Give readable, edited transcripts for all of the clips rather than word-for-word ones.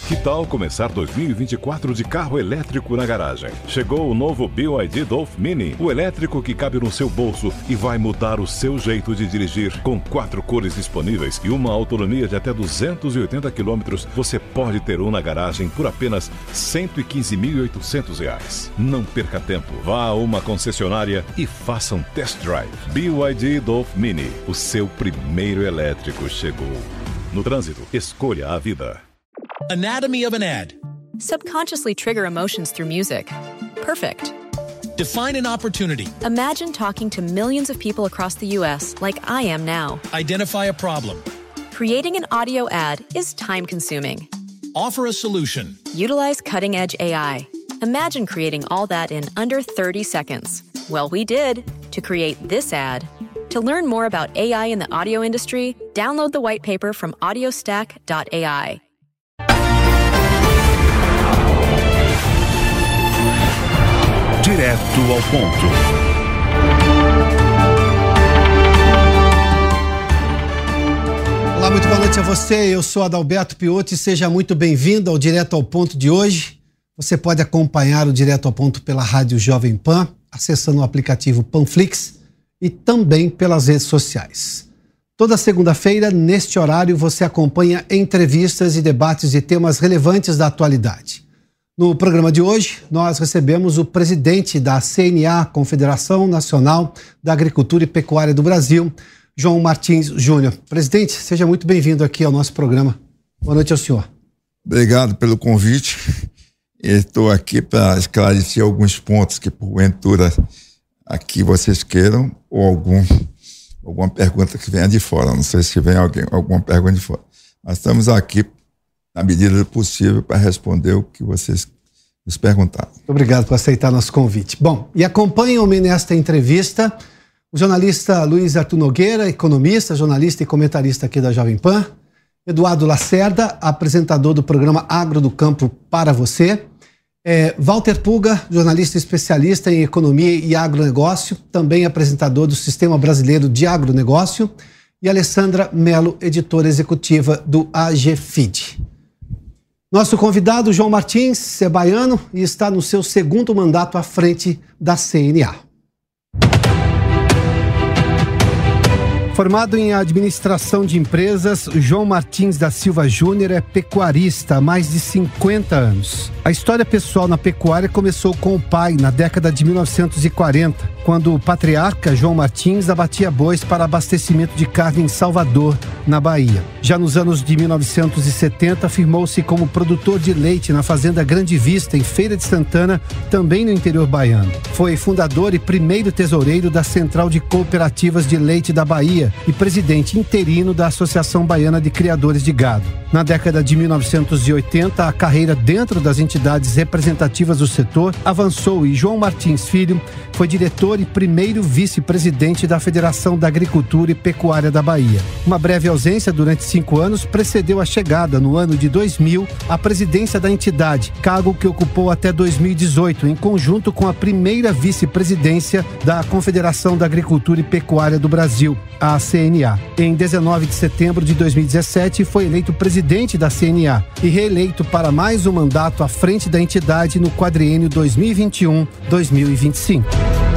Que tal começar 2024 de carro elétrico na garagem? Chegou o novo BYD Dolph Mini, o elétrico que cabe no seu bolso e vai mudar o seu jeito de dirigir. Com 4 cores disponíveis e uma autonomia de até 280 km, você pode ter um na garagem por apenas R$ 115.800. Não perca tempo. Vá a uma concessionária e faça um test drive. BYD Dolph Mini, o seu primeiro elétrico chegou. No trânsito, escolha a vida. Anatomy of an ad. Subconsciously trigger emotions through music. Perfect. Define an opportunity. Imagine talking to millions of people across the U.S. like I am now. Identify a problem. Creating an audio ad is time-consuming. Offer a solution. Utilize cutting-edge AI. Imagine creating all that in under 30 seconds. Well, we did to create this ad. To learn more about AI in the audio industry, download the white paper from audiostack.ai. Direto ao ponto. Olá, muito boa noite a você. Eu sou Adalberto Piotti e seja muito bem-vindo ao Direto ao Ponto de hoje. Você pode acompanhar o Direto ao Ponto pela Rádio Jovem Pan, acessando o aplicativo Panflix e também pelas redes sociais. Toda segunda-feira, neste horário, você acompanha entrevistas e debates de temas relevantes da atualidade. No programa de hoje, nós recebemos o presidente da CNA, Confederação Nacional da Agricultura e Pecuária do Brasil, João Martins Júnior. Presidente, seja muito bem-vindo aqui ao nosso programa. Boa noite ao senhor. Obrigado pelo convite. Estou aqui para esclarecer alguns pontos que, porventura, aqui vocês queiram ou alguma pergunta que venha de fora. Não sei se vem alguma pergunta de fora. Mas estamos aqui na medida do possível para responder o que vocês nos perguntaram. Muito obrigado por aceitar nosso convite. Bom, e acompanham-me nesta entrevista o jornalista Luiz Arthur Nogueira, economista, jornalista e comentarista aqui da Jovem Pan, Eduardo Lacerda, apresentador do programa Agro do Campo para você, Walter Puga, jornalista especialista em economia e agronegócio, também apresentador do Sistema Brasileiro de Agronegócio, e Alessandra Mello, editora executiva do AGFID. Nosso convidado, João Martins, é baiano e está no seu segundo mandato à frente da CNA. Formado em administração de empresas, João Martins da Silva Júnior é pecuarista há mais de 50 anos. A história pessoal na pecuária começou com o pai na década de 1940, quando o patriarca João Martins abatia bois para abastecimento de carne em Salvador, na Bahia. Já nos anos de 1970, firmou-se como produtor de leite na Fazenda Grande Vista, em Feira de Santana, também no interior baiano. Foi fundador e primeiro tesoureiro da Central de Cooperativas de Leite da Bahia e presidente interino da Associação Baiana de Criadores de Gado. Na década de 1980, a carreira dentro das entidades representativas do setor avançou e João Martins Filho foi diretor e primeiro vice-presidente da Federação da Agricultura e Pecuária da Bahia. Uma breve ausência durante 5 anos precedeu a chegada, no ano de 2000, à presidência da entidade, cargo que ocupou até 2018, em conjunto com a primeira vice-presidência da Confederação da Agricultura e Pecuária do Brasil, a CNA. Em 19 de setembro de 2017, foi eleito presidente da CNA e reeleito para mais um mandato à frente da entidade no quadriênio 2021-2025.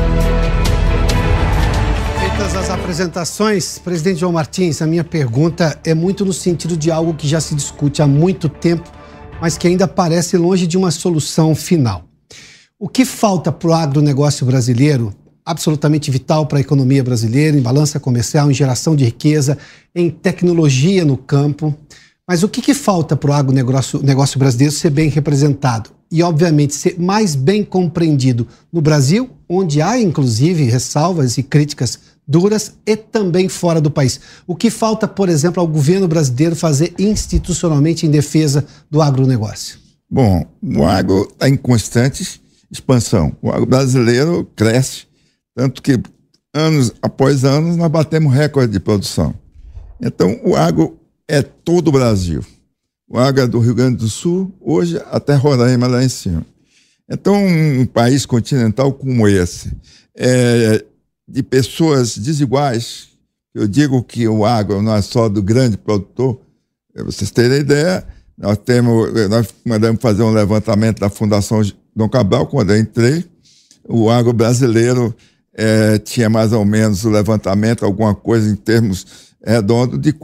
Feitas as apresentações, presidente João Martins, a minha pergunta é muito no sentido de algo que já se discute há muito tempo, mas que ainda parece longe de uma solução final. O que falta para o agronegócio brasileiro, absolutamente vital para a economia brasileira, em balança comercial, em geração de riqueza, em tecnologia no campo, mas o que falta para o agronegócio brasileiro ser bem representado? E, obviamente, ser mais bem compreendido no Brasil, onde há, inclusive, ressalvas e críticas duras, e também fora do país. O que falta, por exemplo, ao governo brasileiro fazer institucionalmente em defesa do agronegócio? Bom, o agro está em constante expansão. O agro brasileiro cresce, tanto que, anos após anos, nós batemos recorde de produção. Então, o agro é todo o Brasil. O agro é do Rio Grande do Sul, hoje até Roraima lá em cima. Então, um país continental como esse, de pessoas desiguais, eu digo que o agro não é só do grande produtor, para vocês terem ideia, Nós mandamos fazer um levantamento da Fundação Dom Cabral, quando eu entrei. O agro brasileiro tinha mais ou menos o levantamento, alguma coisa em termos redondos, de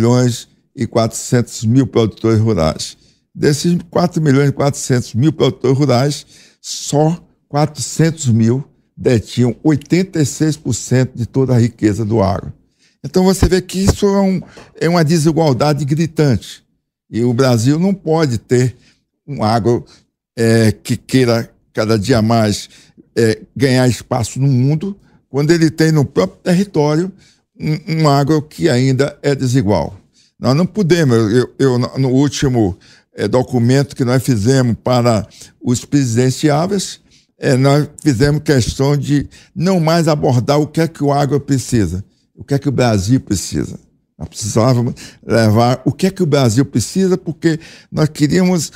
4.400.000 produtores rurais. Desses 4.400.000 produtores rurais, só 400.000 detinham 86% de toda a riqueza do agro. Então você vê que isso é uma desigualdade gritante. E o Brasil não pode ter um agro que queira cada dia mais ganhar espaço no mundo, quando ele tem no próprio território um agro que ainda é desigual. Nós não podemos, no último documento que nós fizemos para os presidenciáveis, nós fizemos questão de não mais abordar o que é que o agro precisa, o que é que o Brasil precisa. Nós precisávamos levar o que é que o Brasil precisa, porque nós queríamos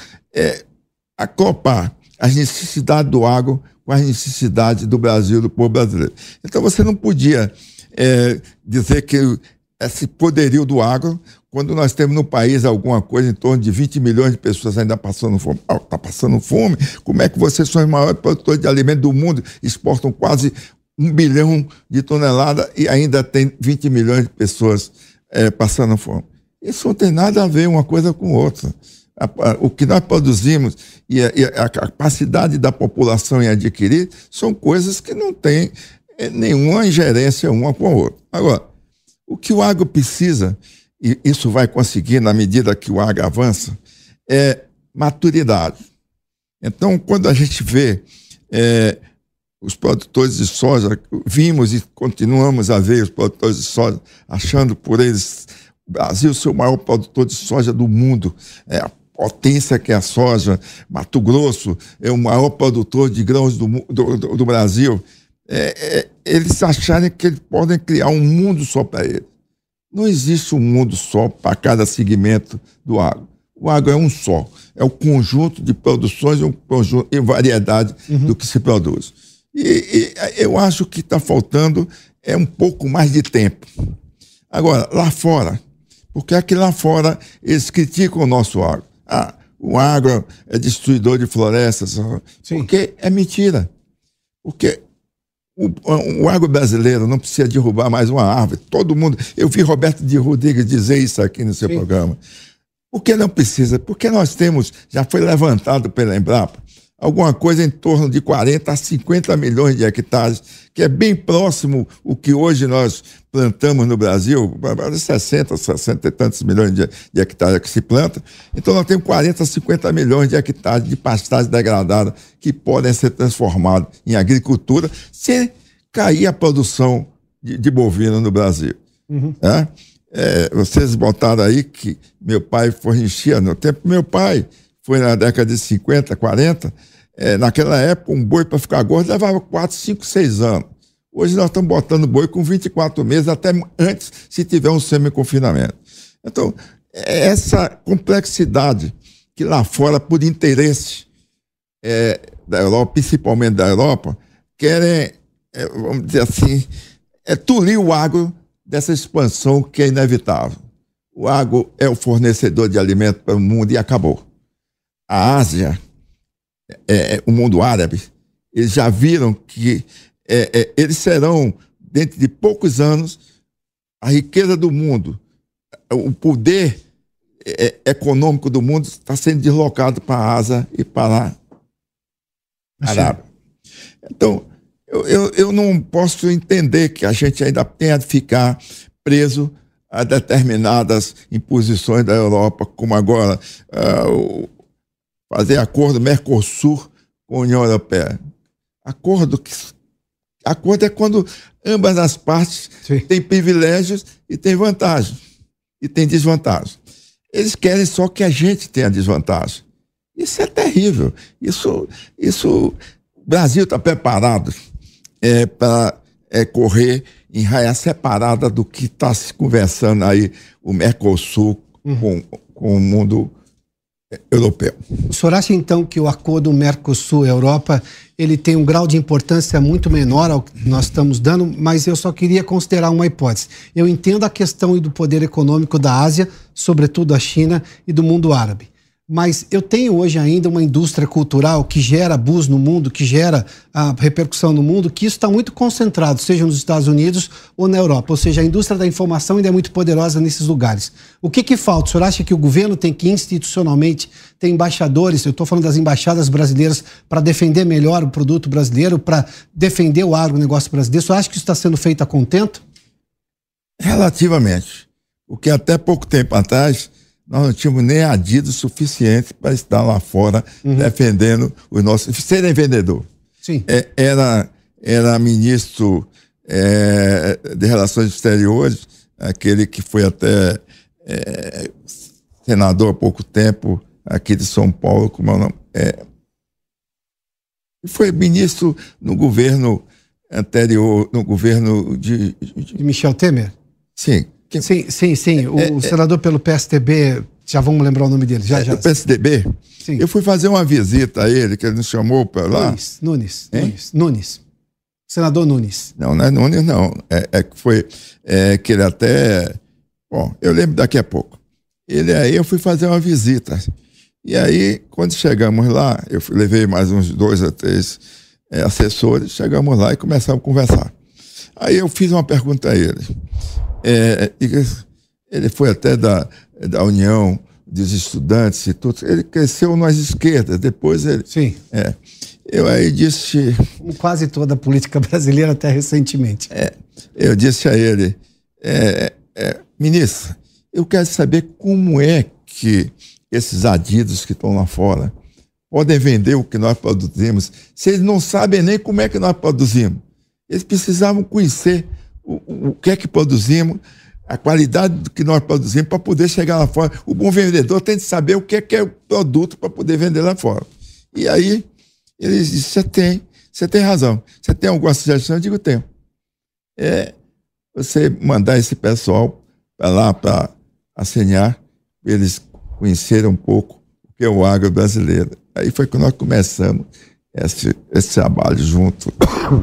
acoplar as necessidades do agro com as necessidades do Brasil, do povo brasileiro. Então você não podia dizer que esse poderio do agro, quando nós temos no país alguma coisa em torno de 20 milhões de pessoas ainda passando fome. Está passando fome? Como é que vocês são os maiores produtores de alimentos do mundo, exportam quase 1 bilhão de toneladas e ainda tem 20 milhões de pessoas passando fome? Isso não tem nada a ver uma coisa com outra. O que nós produzimos e a capacidade da população em adquirir são coisas que não têm nenhuma ingerência uma com a outra. Agora, o que o agro precisa, e isso vai conseguir na medida que o agro avança, é maturidade. Então, quando a gente vê os produtores de soja, vimos e continuamos a ver os produtores de soja, achando por eles o Brasil ser o maior produtor de soja do mundo, a potência que é a soja, Mato Grosso é o maior produtor de grãos do Brasil, eles acharem que eles podem criar um mundo só para eles. Não existe um mundo só para cada segmento do agro. O agro é um só, é o conjunto de produções e variedade do que se produz. E eu acho que está faltando um pouco mais de tempo. Agora, lá fora, porque aqui lá fora eles criticam o nosso agro. O agro é destruidor de florestas. Sim. Porque é mentira. Porque o agro brasileiro não precisa derrubar mais uma árvore. Todo mundo... Eu vi Roberto de Rodrigues dizer isso aqui no seu programa. Por que não precisa? Porque nós temos, já foi levantado pela Embrapa, alguma coisa em torno de 40 a 50 milhões de hectares, que é bem próximo o que hoje nós plantamos no Brasil, 60 e tantos milhões de hectares que se planta. Então nós temos 40 a 50 milhões de hectares de pastagem degradada que podem ser transformados em agricultura sem cair a produção de bovino no Brasil. Vocês botaram aí que meu pai fornecia no tempo. Meu pai foi na década de 50, 40. Naquela época, um boi para ficar gordo levava 4, 5, 6 anos. Hoje nós estamos botando boi com 24 meses, até antes, se tiver um semi-confinamento. Então, essa complexidade que lá fora, por interesse da Europa, principalmente da Europa, querem, vamos dizer assim, tolir o agro dessa expansão que é inevitável. O agro é o fornecedor de alimento para o mundo e acabou. A Ásia, o mundo árabe, eles já viram que eles serão, dentro de poucos anos, a riqueza do mundo, o poder econômico do mundo está sendo deslocado para a Ásia e para a Arábia. Então, eu não posso entender que a gente ainda tenha de ficar preso a determinadas imposições da Europa, como agora fazer acordo Mercosul com a União Europeia. Acordo é quando ambas as partes têm privilégios e têm vantagens, e têm desvantagens. Eles querem só que a gente tenha desvantagem. Isso é terrível. O Brasil está preparado para correr em raia separada do que está se conversando aí o Mercosul com o mundo europeu. O senhor acha, então, que o acordo Mercosul-Europa ele tem um grau de importância muito menor ao que nós estamos dando, mas eu só queria considerar uma hipótese. Eu entendo a questão do poder econômico da Ásia, sobretudo da China e do mundo árabe. Mas eu tenho hoje ainda uma indústria cultural que gera buzz no mundo, que gera a repercussão no mundo, que isso está muito concentrado, seja nos Estados Unidos ou na Europa. Ou seja, a indústria da informação ainda é muito poderosa nesses lugares. O que falta? O senhor acha que o governo tem que institucionalmente ter embaixadores, eu estou falando das embaixadas brasileiras, para defender melhor o produto brasileiro, para defender o agronegócio brasileiro? O senhor acha que isso está sendo feito a contento? Relativamente. Porque até pouco tempo atrás nós não tínhamos nem adido suficiente para estar lá fora defendendo os nossos... Serem vendedor. Sim. Era ministro de Relações Exteriores, aquele que foi até senador há pouco tempo aqui de São Paulo, como é o nome? Foi ministro no governo anterior, no governo de Michel Temer? Sim. Sim. O senador pelo PSDB, já vamos lembrar o nome dele. Já. O PSDB? Sim. Eu fui fazer uma visita a ele, que ele nos chamou para lá. Nunes. Senador Nunes. Não é Nunes, não. Que ele até... Bom, eu lembro daqui a pouco. Eu fui fazer uma visita. E aí, quando chegamos lá, levei mais uns 2 ou 3 assessores, chegamos lá e começamos a conversar. Aí eu fiz uma pergunta a ele. Ele foi até da União dos Estudantes e tudo. Ele cresceu nas esquerdas, depois ele... Sim. Eu aí disse... Como quase toda a política brasileira até recentemente. Eu disse a ele, ministro, eu quero saber como é que esses adidos que estão lá fora podem vender o que nós produzimos, se eles não sabem nem como é que nós produzimos. Eles precisavam conhecer o que é que produzimos, a qualidade do que nós produzimos para poder chegar lá fora. O bom vendedor tem de saber o que é o produto para poder vender lá fora. E aí ele disse, você tem razão. Você tem alguma sugestão? Eu digo, tenho. Você mandar esse pessoal para lá para assinar, eles conheceram um pouco o que é o agro brasileiro. Aí foi que nós começamos esse trabalho junto.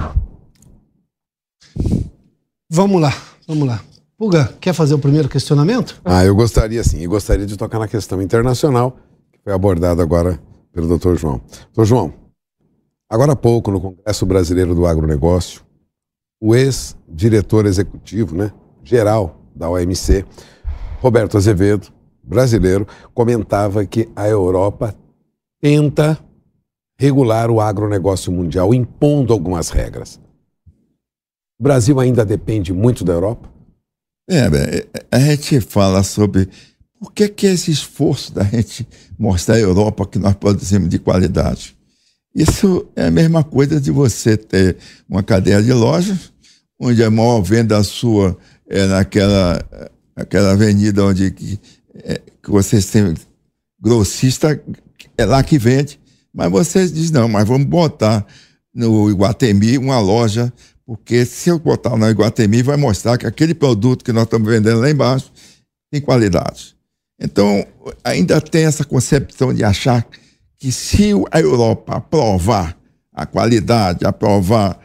Vamos lá. Pulga, quer fazer o primeiro questionamento? Eu gostaria sim. Eu gostaria de tocar na questão internacional, que foi abordada agora pelo Dr. João. Dr. João, agora há pouco, no Congresso Brasileiro do Agronegócio, o ex-diretor executivo, geral da OMC, Roberto Azevedo, brasileiro, comentava que a Europa tenta regular o agronegócio mundial, impondo algumas regras. O Brasil ainda depende muito da Europa? A gente fala sobre por que esse esforço da gente mostrar à Europa que nós produzimos de qualidade. Isso é a mesma coisa de você ter uma cadeia de lojas, onde a maior venda sua é naquela avenida onde que vocês têm grossista, é lá que vende, mas vocês dizem, não, mas vamos botar no Iguatemi uma loja, porque se eu botar no Iguatemi vai mostrar que aquele produto que nós estamos vendendo lá embaixo tem qualidade. Então, ainda tem essa concepção de achar que se a Europa aprovar a qualidade, aprovar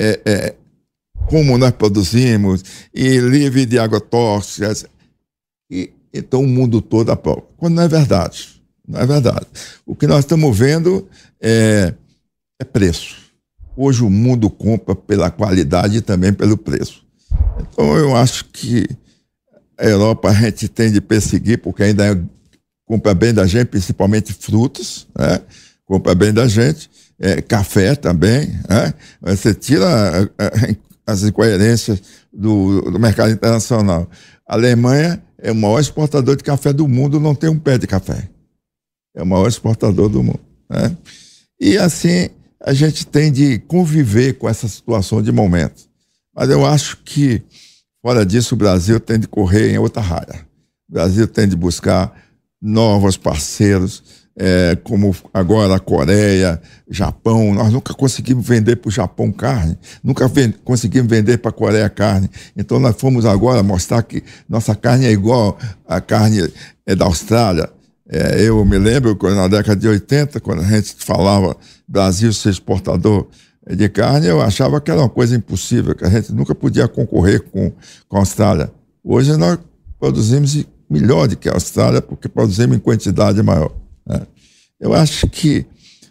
como nós produzimos, e livre de agrotóxicos, então o mundo todo aprova. Quando não é verdade. Não é verdade. O que nós estamos vendo é preço. Hoje o mundo compra pela qualidade e também pelo preço. Então eu acho que a Europa a gente tem de perseguir, porque ainda compra bem da gente, principalmente frutas, compra bem da gente, café também. Você tira as incoerências do mercado internacional. A Alemanha é o maior exportador de café do mundo, não tem um pé de café. É o maior exportador do mundo. E assim a gente tem de conviver com essa situação de momento. Mas eu acho que, fora disso, o Brasil tem de correr em outra raia. O Brasil tem de buscar novos parceiros, como agora a Coreia, Japão. Nós nunca conseguimos vender para o Japão carne, nunca conseguimos vender para a Coreia carne. Então nós fomos agora mostrar que nossa carne é igual à carne da Austrália. Eu me lembro, na década de 80, quando a gente falava Brasil ser exportador de carne, eu achava que era uma coisa impossível, que a gente nunca podia concorrer com a Austrália. Hoje nós produzimos melhor do que a Austrália, porque produzimos em quantidade maior. né? Eu acho que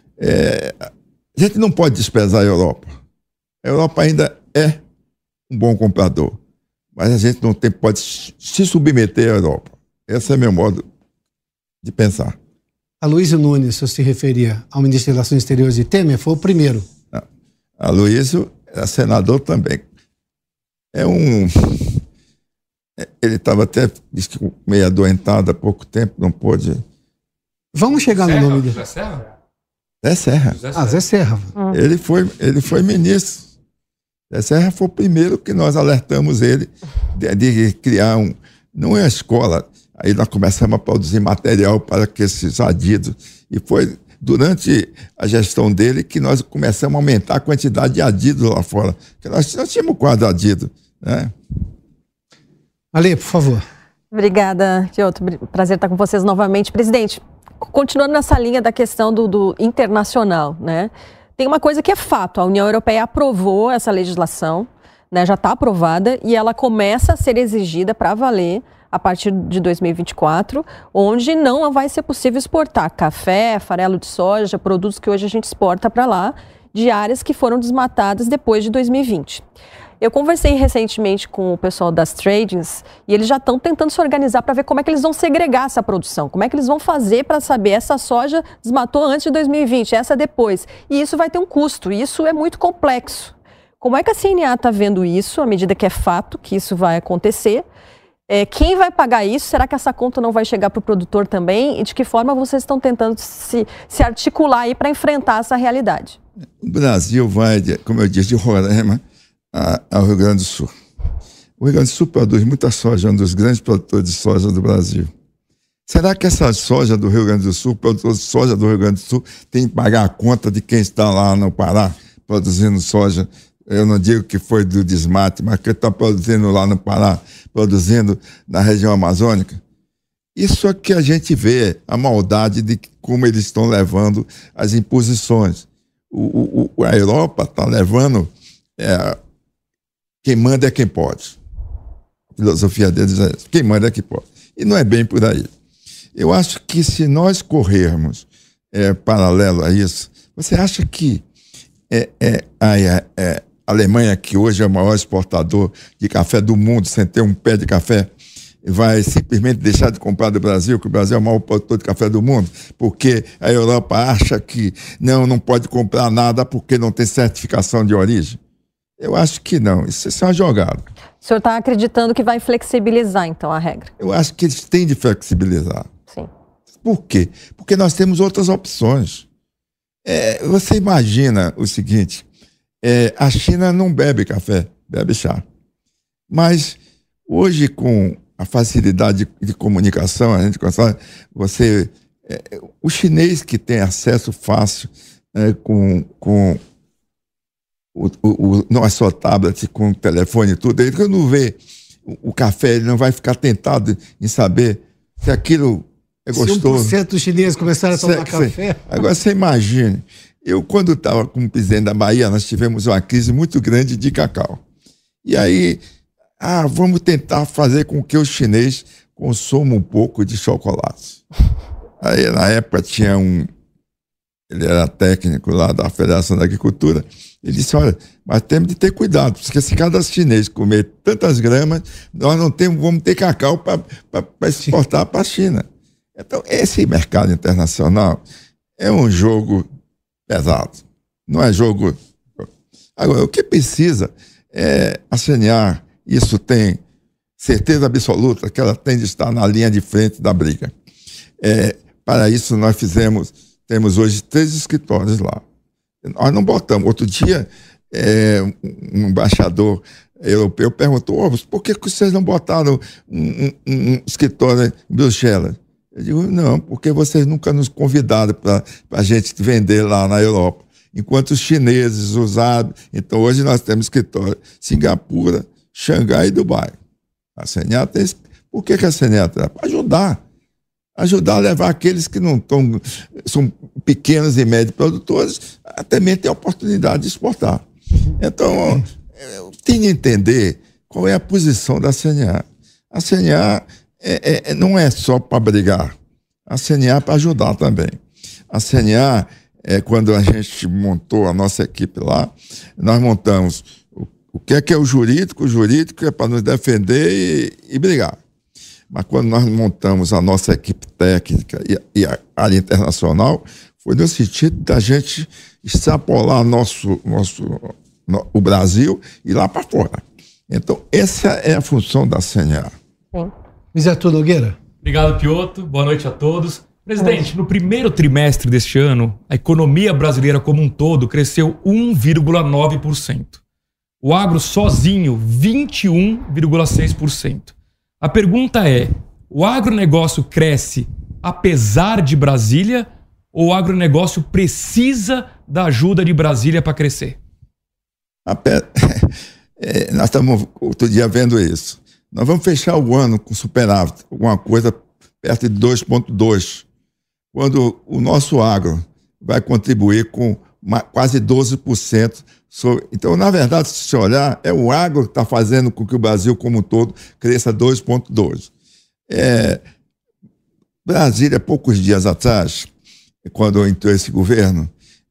a gente não pode desprezar a Europa. A Europa ainda é um bom comprador, mas a gente não pode se submeter à Europa. Esse é meu modo de pensar. Aloysio Nunes, se você se referia ao ministro das Relações Exteriores de Temer, foi o primeiro. Não. Aloysio é senador também. Ele estava até, disse que meio adoentado há pouco tempo, não pôde. Vamos chegar no nome dele. Zé Serra. Zé Serra. Ele foi ministro. Zé Serra foi o primeiro que nós alertamos ele de criar não é a escola. Aí nós começamos a produzir material para que esses adidos. E foi durante a gestão dele que nós começamos a aumentar a quantidade de adidos lá fora. Porque nós tínhamos quadro adido, né? Ale, por favor. Obrigada, Kyoto. Prazer estar com vocês novamente. Presidente, continuando nessa linha da questão do internacional, né? Tem uma coisa que é fato. A União Europeia aprovou essa legislação, né? Já está aprovada e ela começa a ser exigida para valer a partir de 2024, onde não vai ser possível exportar café, farelo de soja, produtos que hoje a gente exporta para lá, de áreas que foram desmatadas depois de 2020. Eu conversei recentemente com o pessoal das tradings e eles já estão tentando se organizar para ver como é que eles vão segregar essa produção, como é que eles vão fazer para saber essa soja desmatou antes de 2020, essa depois. E isso vai ter um custo, e isso é muito complexo. Como é que a CNA está vendo isso, à medida que é fato que isso vai acontecer? Quem vai pagar isso? Será que essa conta não vai chegar para o produtor também? E de que forma vocês estão tentando se articular aí para enfrentar essa realidade? O Brasil vai, como eu disse, de Roraima ao Rio Grande do Sul. O Rio Grande do Sul produz muita soja, é um dos grandes produtores de soja do Brasil. Será que essa soja do Rio Grande do Sul, produtor de soja do Rio Grande do Sul, tem que pagar a conta de quem está lá no Pará produzindo soja? Eu não digo que foi do desmate, mas que está produzindo lá no Pará, produzindo na região amazônica. Isso é que a gente vê, a maldade de como eles estão levando as imposições. A Europa está levando, quem manda é quem pode. A filosofia deles é essa, quem manda é quem pode. E não é bem por aí. Eu acho que se nós corrermos paralelo a isso, você acha que a Alemanha, que hoje é o maior exportador de café do mundo, sem ter um pé de café, vai simplesmente deixar de comprar do Brasil, que o Brasil é o maior produtor de café do mundo, porque a Europa acha que não pode comprar nada porque não tem certificação de origem? Eu acho que não. Isso é uma jogada. O senhor está acreditando que vai flexibilizar, então, a regra? Eu acho que eles têm de flexibilizar. Sim. Por quê? Porque nós temos outras opções. Você imagina o seguinte... a China não bebe café, bebe chá. Mas hoje, com a facilidade de comunicação, a gente consegue, o chinês que tem acesso fácil com não é só tablet, com o telefone e tudo, ele quando vê o café, ele não vai ficar tentado em saber se aquilo é gostoso. Se 1% dos chineses começaram a tomar café... Agora você imagine, eu quando estava como presidente da Bahia, nós tivemos uma crise muito grande de cacau. E aí, vamos tentar fazer com que o chinês consuma um pouco de chocolate. Aí na época tinha ele era técnico lá da Federação da Agricultura, ele disse, olha, mas temos de ter cuidado, porque se cada chinês comer tantas gramas, nós não vamos ter cacau para exportar para a China. Então, esse mercado internacional é um jogo pesado, não é jogo... Agora, o que precisa é a CNA, isso tem certeza absoluta que ela tem de estar na linha de frente da briga. Para isso, nós temos hoje 3 escritórios lá. Nós não botamos. Outro dia, um embaixador europeu perguntou, por que vocês não botaram um escritório em Bruxelas? Eu digo, não, porque vocês nunca nos convidaram para a gente vender lá na Europa. Enquanto os chineses, os árabes... Então, hoje nós temos escritório em Singapura, Xangai e Dubai. A CNA tem... Por que a CNA tem? Para ajudar. Ajudar a levar aqueles que não são pequenos e médios produtores a também ter a oportunidade de exportar. Então, tem de entender qual é a posição da CNA. A CNA não é só para brigar. a CNA para ajudar também. A CNA, quando a gente montou a nossa equipe lá, nós montamos o que é o jurídico é para nos defender e brigar. Mas quando nós montamos a nossa equipe técnica e a área internacional, foi no sentido da gente extrapolar o Brasil e lá para fora. Então, essa é a função da CNA. Luiz Arthur Nogueira. Obrigado, Piotr. Boa noite a todos. Presidente, no primeiro trimestre deste ano, a economia brasileira como um todo cresceu 1,9%. O agro sozinho, 21,6%. A pergunta é, o agronegócio cresce apesar de Brasília ou o agronegócio precisa da ajuda de Brasília para crescer? Nós estamos outro dia vendo isso. Nós vamos fechar o ano com superávit, alguma coisa perto de 2,2%, quando o nosso agro vai contribuir com quase 12%. Então, na verdade, se você olhar, é o agro que está fazendo com que o Brasil como um todo cresça 2,2%. Brasília, poucos dias atrás, quando entrou esse governo,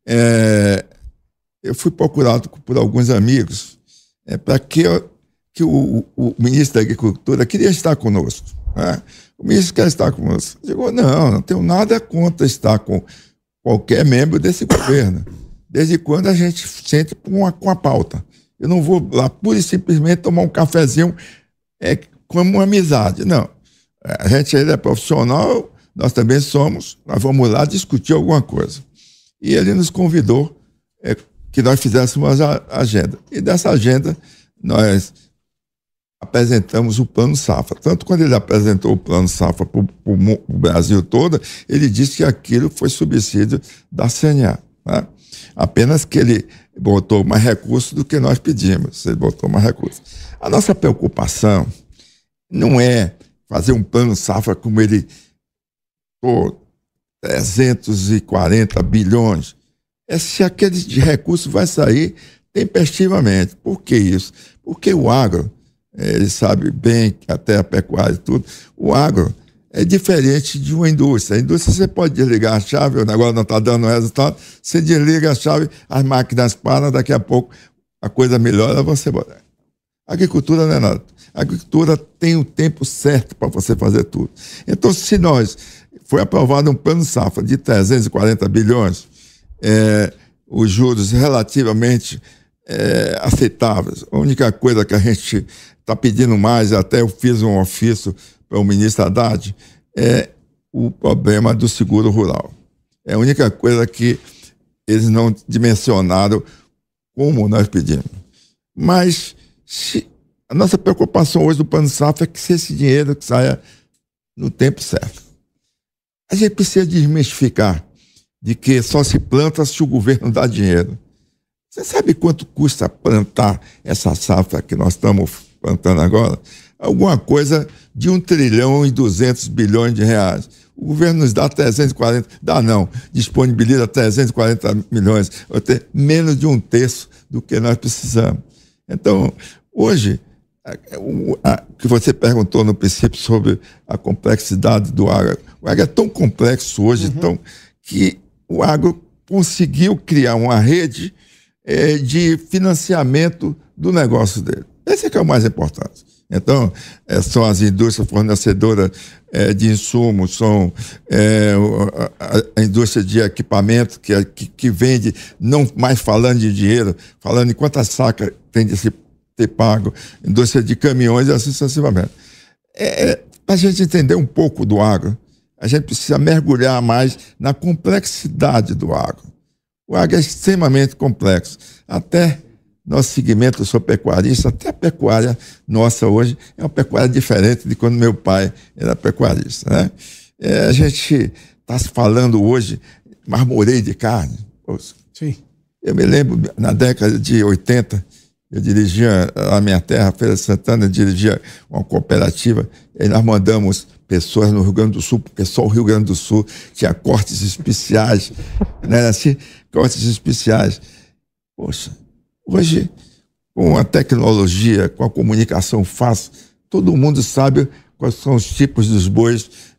eu fui procurado por alguns amigos para que o ministro da Agricultura queria estar conosco. Né? O ministro quer estar conosco. Eu digo, não tenho nada contra estar com qualquer membro desse governo, desde quando a gente sente com a pauta. Eu não vou lá pura e simplesmente tomar um cafezinho como uma amizade. Não. A gente ainda é profissional, nós também somos, nós vamos lá discutir alguma coisa. E ele nos convidou que nós fizéssemos a agenda. E dessa agenda, nós apresentamos o Plano Safra. Tanto quando ele apresentou o Plano Safra para o Brasil todo, ele disse que aquilo foi subsídio da CNA. Né? Apenas que ele botou mais recursos do que nós pedimos. Ele botou mais recursos. A nossa preocupação não é fazer um Plano Safra como ele... 340 bilhões. Se aquele recurso vai sair tempestivamente. Por que isso? Porque o agro, ele sabe bem que até a pecuária e tudo, o agro é diferente de uma indústria. A indústria você pode desligar a chave, o negócio não está dando resultado, você desliga a chave, as máquinas param, daqui a pouco a coisa melhora, você bota. A agricultura não é nada. A agricultura tem o tempo certo para você fazer tudo. Então, se foi aprovado um plano safra de 340 bilhões, os juros relativamente aceitáveis. A única coisa que a gente está pedindo mais, até eu fiz um ofício para o ministro Haddad, é o problema do seguro rural. É a única coisa que eles não dimensionaram como nós pedimos. Mas a nossa preocupação hoje do plano safra é que se esse dinheiro saia no tempo certo. A gente precisa desmistificar de que só se planta se o governo dá dinheiro. Você sabe quanto custa plantar essa safra que nós estamos plantando agora? Alguma coisa de 1,2 trilhão de reais. O governo nos dá 340, disponibiliza 340 milhões, ou ter menos de 1/3 do que nós precisamos. Então, hoje, que você perguntou no princípio sobre a complexidade do agro. O agro é tão complexo hoje, que o agro conseguiu criar uma rede de financiamento do negócio dele. Esse é que é o mais importante. Então, são as indústrias fornecedoras de insumos, são a indústria de equipamento que vende, não mais falando de dinheiro, falando em quantas sacas tem de se ter pago, indústria de caminhões e assim sucessivamente. Para a gente entender um pouco do agro, a gente precisa mergulhar mais na complexidade do agro. O agro é extremamente complexo. Até nosso segmento, eu sou pecuarista, até a pecuária nossa hoje é uma pecuária diferente de quando meu pai era pecuarista. Né? A gente está se falando hoje marmoreio de carne. Sim. Eu me lembro, na década de 80, eu dirigia a minha terra, Feira de Santana, eu dirigia uma cooperativa, e nós mandamos pessoas no Rio Grande do Sul, porque só o Rio Grande do Sul tinha cortes especiais, né? Assim, cortes especiais. Poxa, hoje, com a tecnologia, com a comunicação fácil, todo mundo sabe quais são os tipos dos bois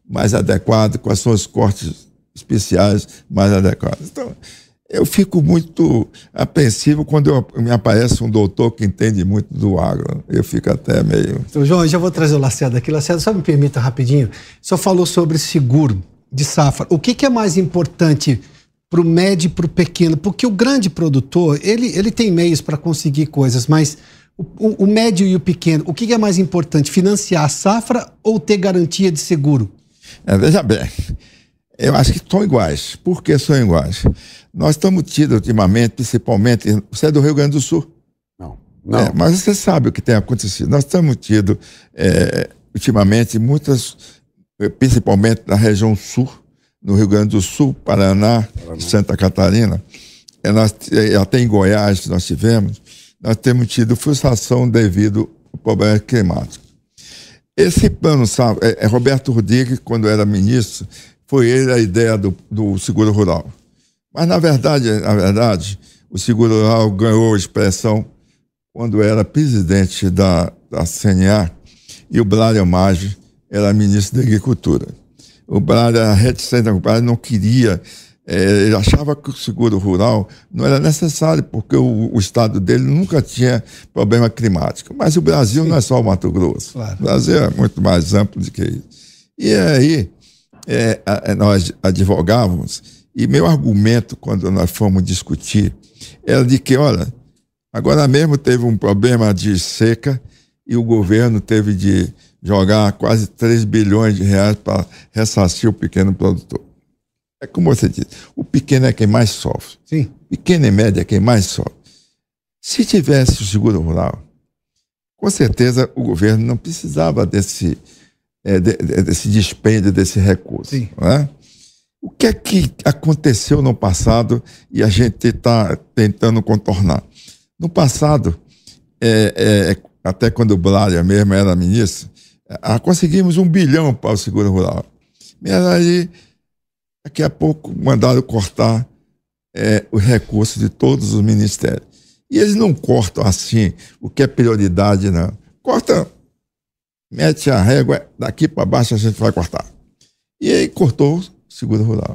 mais adequado, quais são os cortes especiais mais adequados. Então, eu fico muito apreensivo quando me aparece um doutor que entende muito do agro. Eu fico até meio... Então, João, eu já vou trazer o Lacerda aqui. Lacerda, só me permita rapidinho. O senhor falou sobre seguro de safra. O que é mais importante para o médio e para o pequeno? Porque o grande produtor, ele tem meios para conseguir coisas, mas o médio e o pequeno, o que é mais importante? Financiar a safra ou ter garantia de seguro? Veja bem, eu acho que são iguais. Por que são iguais? Nós estamos tidos ultimamente, principalmente, você é do Rio Grande do Sul? Não. Mas você sabe o que tem acontecido. Nós estamos tidos, ultimamente, muitas, principalmente na região sul, no Rio Grande do Sul, Paraná, Santa Catarina, até em Goiás nós temos tido frustração devido ao problema climático. Esse plano, Roberto Rodrigues, quando era ministro, foi ele a ideia do seguro rural. Mas, na verdade, o seguro rural ganhou expressão quando era presidente da CNA e o Blário Maggi era ministro da Agricultura. O Blário era reticente, o Blário não queria, ele achava que o seguro rural não era necessário, porque o estado dele nunca tinha problema climático. Mas o Brasil não é só o Mato Grosso. Claro. O Brasil é muito mais amplo do que isso. E aí, nós advogávamos, e meu argumento, quando nós fomos discutir, era de que, olha, agora mesmo teve um problema de seca e o governo teve de jogar quase 3 bilhões de reais para ressarcir o pequeno produtor. É como você disse, o pequeno é quem mais sofre. Sim. Pequeno e médio é quem mais sofre. Se tivesse o seguro rural, com certeza o governo não precisava desse dispêndio, desse recurso. Sim. Não é? O que é que aconteceu no passado e a gente está tentando contornar? No passado, até quando o Blário mesmo era ministro, conseguimos 1 bilhão para o seguro rural. Mas aí, daqui a pouco, mandaram cortar os recursos de todos os ministérios. E eles não cortam assim o que é prioridade, não. Corta, mete a régua, daqui para baixo a gente vai cortar. E aí cortou o seguro rural.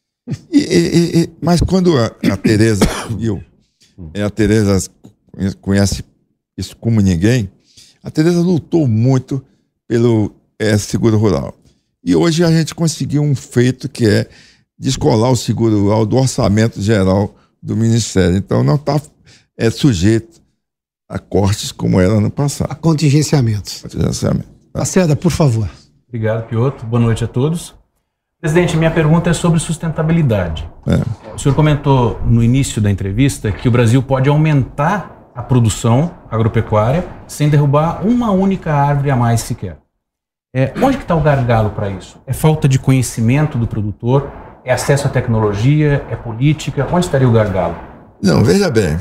Mas quando a Tereza viu, a Tereza conhece isso como ninguém, a Tereza lutou muito pelo seguro rural. E hoje a gente conseguiu um feito que é descolar o seguro rural do orçamento geral do Ministério. Então não está sujeito a cortes como era no passado. A contingenciamentos. Lacerda, por favor. Obrigado, Piotr. Boa noite a todos. Presidente, minha pergunta é sobre sustentabilidade. O senhor comentou no início da entrevista que o Brasil pode aumentar a produção agropecuária sem derrubar uma única árvore a mais sequer. Onde que está o gargalo para isso? É falta de conhecimento do produtor? É acesso à tecnologia? É política? Onde estaria o gargalo? Não, veja bem.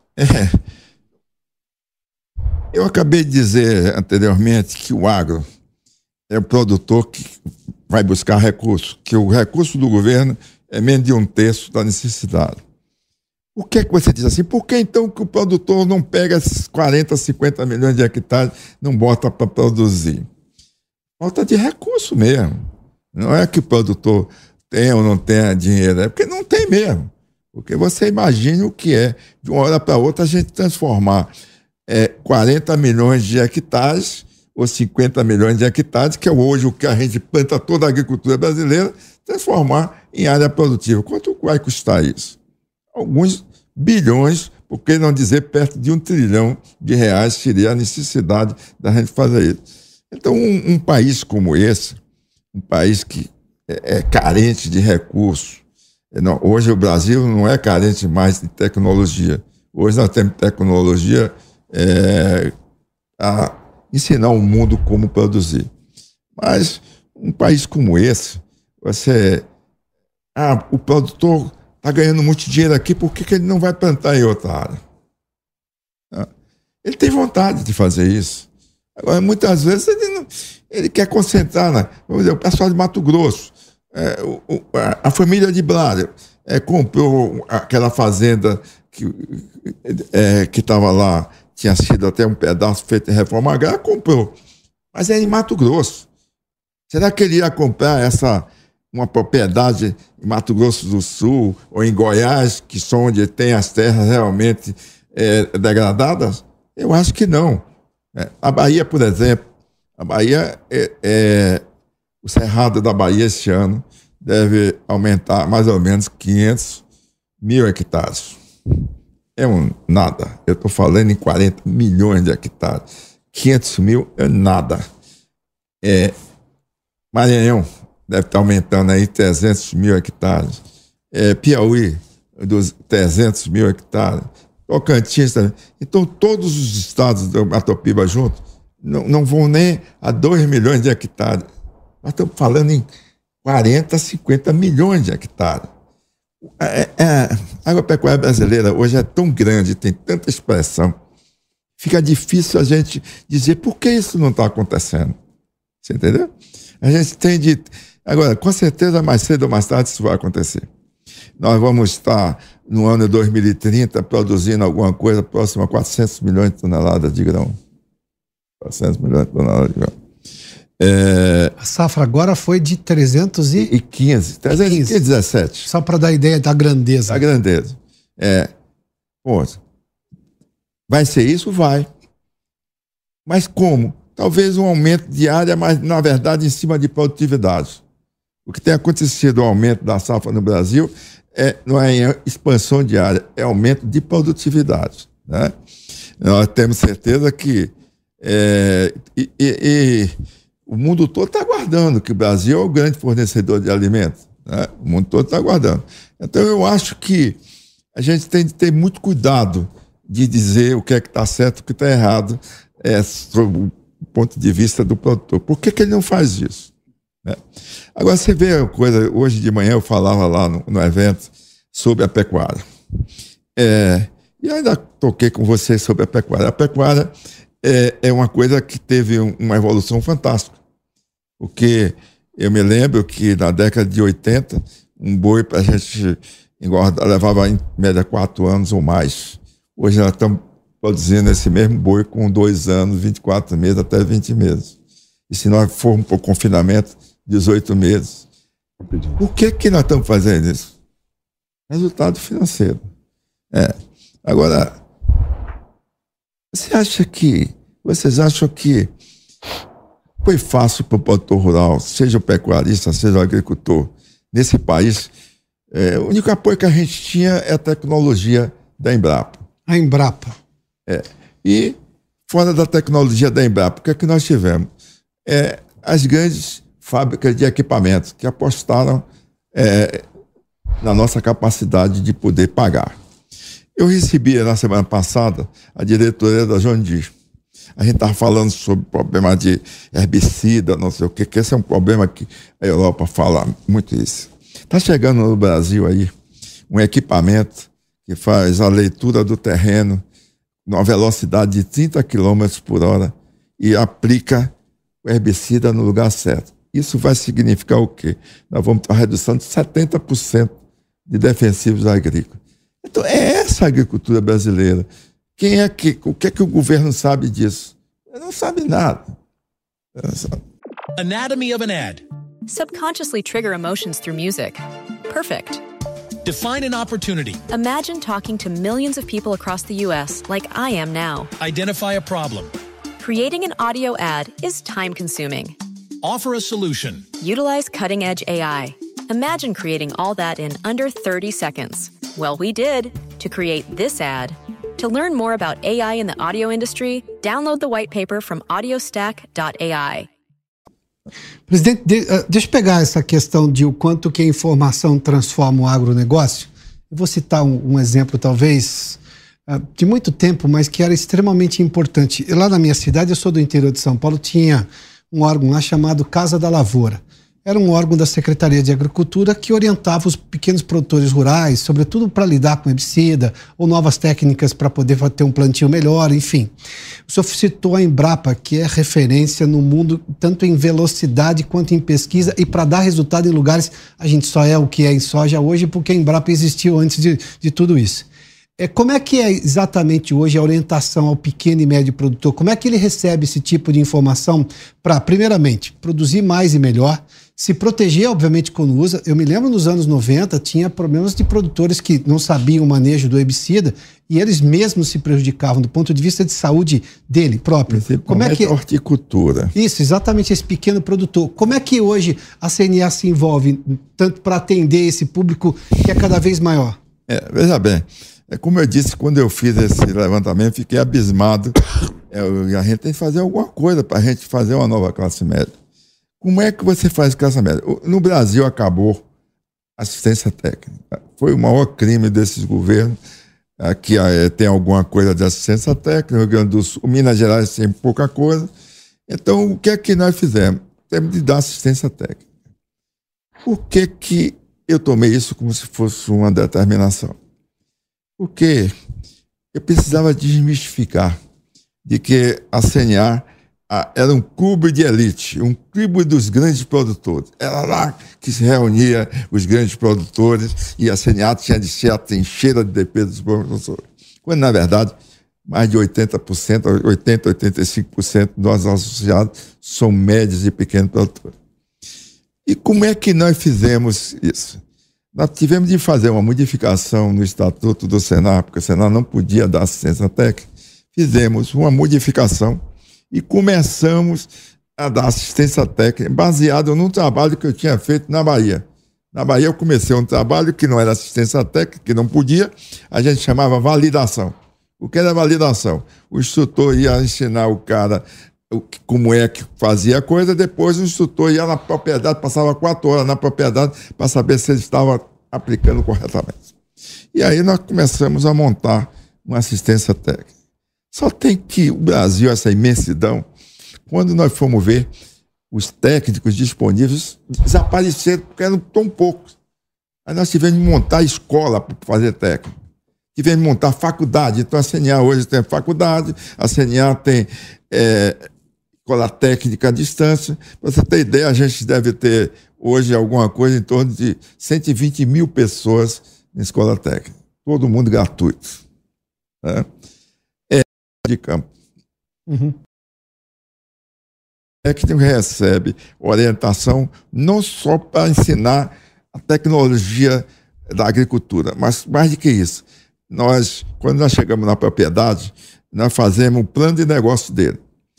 Eu acabei de dizer anteriormente que o agro é o produtor que vai buscar recursos, que o recurso do governo é menos de 1/3 da necessidade. O que é que você diz assim? Por que então que o produtor não pega esses 40, 50 milhões de hectares e não bota para produzir? Falta de recurso mesmo. Não é que o produtor tenha ou não tenha dinheiro, é porque não tem mesmo. Porque você imagina o que é, de uma hora para outra, a gente transformar 40 milhões de hectares ou 50 milhões de hectares, que é hoje o que a gente planta toda a agricultura brasileira, transformar em área produtiva. Quanto vai custar isso? Alguns bilhões, por que não dizer perto de 1 trilhão de reais seria a necessidade da gente fazer isso. Então, um país como esse, um país que é carente de recursos, hoje o Brasil não é carente mais de tecnologia. Hoje nós temos tecnologia a ensinar o mundo como produzir. Mas um país como esse, o produtor está ganhando muito dinheiro aqui, por que ele não vai plantar em outra área? Ele tem vontade de fazer isso. Agora, muitas vezes, ele quer concentrar, vamos dizer, o pessoal de Mato Grosso, a família de Blário comprou aquela fazenda que estava lá, tinha sido até um pedaço feito em reforma agrária, comprou. Mas é em Mato Grosso. Será que ele ia comprar uma propriedade em Mato Grosso do Sul ou em Goiás, que são onde tem as terras realmente degradadas? Eu acho que não. A Bahia, por exemplo, o Cerrado da Bahia esse ano deve aumentar mais ou menos 500 mil hectares. É nada. Eu estou falando em 40 milhões de hectares. 500 mil é nada. Maranhão deve estar aumentando aí 300 mil hectares. Piauí, dos 300 mil hectares. Tocantins também. Então, todos os estados do Matopiba juntos não vão nem a 2 milhões de hectares. Nós estamos falando em 40, 50 milhões de hectares. A agropecuária brasileira hoje é tão grande, tem tanta expressão, fica difícil a gente dizer por que isso não está acontecendo. Você entendeu? A gente tem de... Agora, com certeza, mais cedo ou mais tarde isso vai acontecer. Nós vamos estar, no ano de 2030, produzindo alguma coisa próxima a 400 milhões de toneladas de grão. 400 milhões de toneladas de grão. A safra agora foi de 315. 317. Só para dar ideia da grandeza. A grandeza. Vai ser isso? Vai. Mas como? Talvez um aumento de área, mas na verdade em cima de produtividade. O que tem acontecido, o aumento da safra no Brasil, não é expansão de área, é aumento de produtividade. Né? Nós temos certeza que o mundo todo está aguardando que o Brasil é o grande fornecedor de alimentos. Né? O mundo todo está aguardando. Então, eu acho que a gente tem de ter muito cuidado de dizer o que é que está certo e o que está errado sob o ponto de vista do produtor. Por que ele não faz isso? Né? Agora, você vê a coisa... Hoje de manhã eu falava lá no evento sobre a pecuária. E ainda toquei com vocês sobre a pecuária. A pecuária é uma coisa que teve uma evolução fantástica. Porque eu me lembro que na década de 80, um boi para a gente engordar levava em média 4 anos ou mais. Hoje nós estamos produzindo esse mesmo boi com 2 anos, 24 meses, até 20 meses. E se nós formos para o confinamento, 18 meses. Por que nós estamos fazendo isso? Resultado financeiro. Agora, vocês acham que foi fácil para o produtor rural, seja o pecuarista, seja o agricultor, nesse país? O único apoio que a gente tinha é a tecnologia da Embrapa. A Embrapa. E fora da tecnologia da Embrapa, o que é que nós tivemos? As grandes fábricas de equipamentos que apostaram na nossa capacidade de poder pagar. Eu recebi na semana passada a diretoria da John Deere. A gente estava falando sobre o problema de herbicida, não sei o quê, que esse é um problema que a Europa fala muito isso. Está chegando no Brasil aí um equipamento que faz a leitura do terreno numa velocidade de 30 km por hora e aplica o herbicida no lugar certo. Isso vai significar o quê? Nós vamos ter uma redução de 70% de defensivos agrícolas. Então, é essa a agricultura brasileira. O que é que o governo sabe disso? Ele não sabe nada. Anatomy of an ad. Subconsciously trigger emotions through music. Perfect. Define an opportunity. Imagine talking to millions of people across the U.S. like I am now. Identify a problem. Creating an audio ad is time-consuming. Offer a solution. Utilize cutting-edge AI. Imagine creating all that in under 30 seconds. Well, we did to create this ad. To learn more about AI in the audio industry, download the white paper from audiostack.ai. Presidente, deixa eu pegar essa questão de o quanto que a informação transforma o agronegócio. Eu vou citar um exemplo, talvez, de muito tempo, mas que era extremamente importante. Lá na minha cidade, eu sou do interior de São Paulo, tinha um órgão lá chamado Casa da Lavoura. Era um órgão da Secretaria de Agricultura que orientava os pequenos produtores rurais, sobretudo para lidar com herbicida ou novas técnicas para poder ter um plantio melhor, enfim. O senhor citou a Embrapa, que é referência no mundo, tanto em velocidade quanto em pesquisa, e para dar resultado em lugares, a gente só é o que é em soja hoje porque a Embrapa existiu antes de tudo isso. Como é que é exatamente hoje a orientação ao pequeno e médio produtor? Como é que ele recebe esse tipo de informação para, primeiramente, produzir mais e melhor, se proteger, obviamente, quando usa? Eu me lembro nos anos 90, tinha problemas de produtores que não sabiam o manejo do herbicida e eles mesmos se prejudicavam do ponto de vista de saúde dele próprio. Como é que horticultura? Isso, exatamente, esse pequeno produtor. Como é que hoje a CNA se envolve tanto para atender esse público que é cada vez maior? Veja bem, como eu disse, quando eu fiz esse levantamento, fiquei abismado. A gente tem que fazer alguma coisa para a gente fazer uma nova classe média. Como é que você faz classe média? No Brasil acabou a assistência técnica. Foi o maior crime desses governos. Aqui tem alguma coisa de assistência técnica, no Rio Grande do Sul, Minas Gerais tem pouca coisa. Então, o que é que nós fizemos? Temos de dar assistência técnica. Por que eu tomei isso como se fosse uma determinação? Porque eu precisava desmistificar de que a CNA era um clube de elite, um clube dos grandes produtores. Era lá que se reunia os grandes produtores e a CNA tinha de ser a trincheira de defesa dos produtores. Quando, na verdade, mais de 85% dos nossos associados são médios e pequenos produtores. E como é que nós fizemos isso? Nós tivemos de fazer uma modificação no estatuto do Senar, porque o Senar não podia dar assistência técnica. Fizemos uma modificação e começamos a dar assistência técnica baseado num trabalho que eu tinha feito na Bahia. Na Bahia eu comecei um trabalho que não era assistência técnica, que não podia, a gente chamava validação. O que era validação? O instrutor ia ensinar o cara como é que fazia a coisa, depois o instrutor ia na propriedade, passava 4 horas na propriedade para saber se ele estava aplicando corretamente. E aí nós começamos a montar uma assistência técnica. Só tem que o Brasil, essa imensidão, quando nós fomos ver, os técnicos disponíveis desapareceram porque eram tão poucos. Aí nós tivemos de montar escola para fazer técnico. Tivemos de montar faculdade. Então a CNA hoje tem faculdade, a CNA tem escola técnica à distância. Para você ter ideia, a gente deve ter hoje alguma coisa em torno de 120 mil pessoas na escola técnica. Todo mundo gratuito. Né? De campo. Uhum. Técnico recebe orientação não só para ensinar a tecnologia da agricultura, mas mais do que isso. Quando nós chegamos na propriedade, nós fazemos um plano de negócio dele.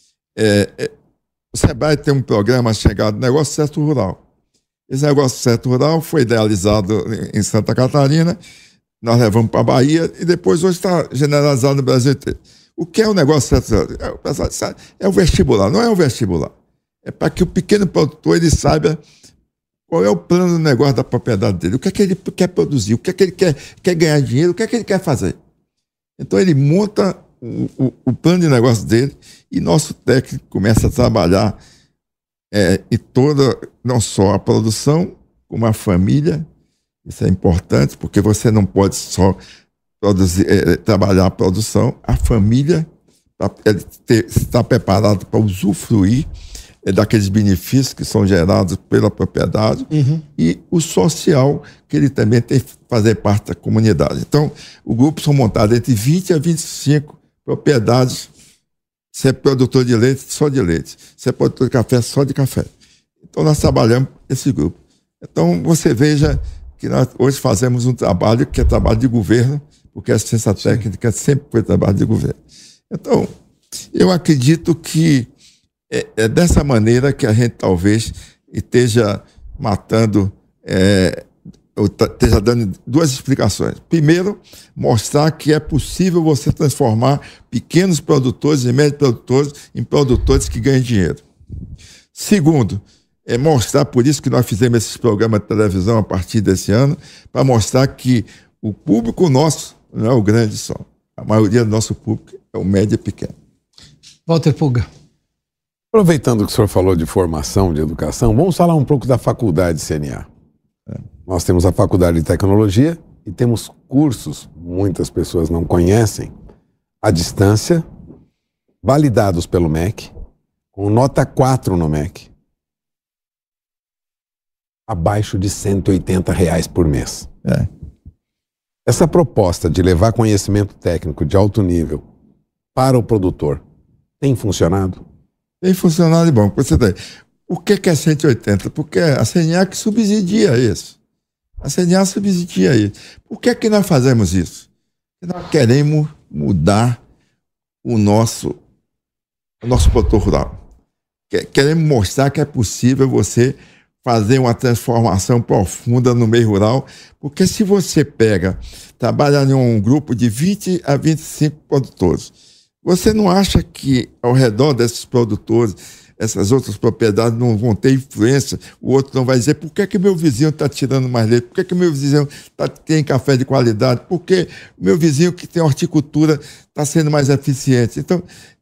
O SEBRAE tem um programa chamado Negócio Certo Rural. Esse Negócio Certo Rural foi idealizado em Santa Catarina, nós levamos para a Bahia e depois hoje está generalizado no Brasil inteiro. O que é o negócio certo? É o vestibular, não é o vestibular. É para que o pequeno produtor ele saiba qual é o plano do negócio da propriedade dele, o que é que ele quer produzir, o que é que ele quer ganhar dinheiro, o que é que ele quer fazer. Então ele monta o plano de negócio dele e nosso técnico começa a trabalhar em toda, não só a produção, como a família. Isso é importante, porque você não pode só trabalhar a produção, a família está preparada para usufruir daqueles benefícios que são gerados pela propriedade, uhum, e o social, que ele também tem que fazer parte da comunidade. Então, o grupo são montados entre 20 a 25 propriedades. Se é produtor de leite, só de leite. Se é produtor de café, só de café. Então, nós trabalhamos esse grupo. Então, você veja que nós hoje fazemos um trabalho que é trabalho de governo, porque a assistência técnica sempre foi trabalho de governo. Então, eu acredito que é dessa maneira que a gente talvez esteja matando, ou esteja dando duas explicações. Primeiro, mostrar que é possível você transformar pequenos produtores e médios produtores em produtores que ganham dinheiro. Segundo, mostrar, por isso que nós fizemos esses programas de televisão a partir desse ano, para mostrar que o público nosso não é o grande só. A maioria do nosso público é o médio e pequeno. Walter Puga. Aproveitando que o senhor falou de formação, de educação, vamos falar um pouco da faculdade CNA. Nós temos a faculdade de tecnologia e temos cursos, muitas pessoas não conhecem, à distância, validados pelo MEC, com nota 4 no MEC, abaixo de R$180 por mês. Essa proposta de levar conhecimento técnico de alto nível para o produtor tem funcionado? Tem funcionado bom. Você tem. O que é 180? Porque a CNA que subsidia isso. A CNA subsidia isso. Por que nós fazemos isso? Porque nós queremos mudar o nosso produtor rural. Queremos mostrar que é possível você fazer uma transformação profunda no meio rural, porque se você trabalha em um grupo de 20 a 25 produtores, você não acha que ao redor desses produtores, essas outras propriedades não vão ter influência? O outro não vai dizer, por que meu vizinho está tirando mais leite? Por que meu vizinho tem café de qualidade? Por que o meu vizinho que tem horticultura está sendo mais eficiente? Então,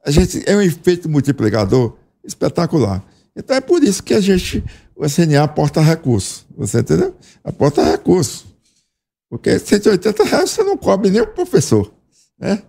é um efeito multiplicador espetacular. Então é por isso que o SNA aporta recursos. Você entendeu? Aporta recursos. Porque R$180 você não cobre nem o professor, né?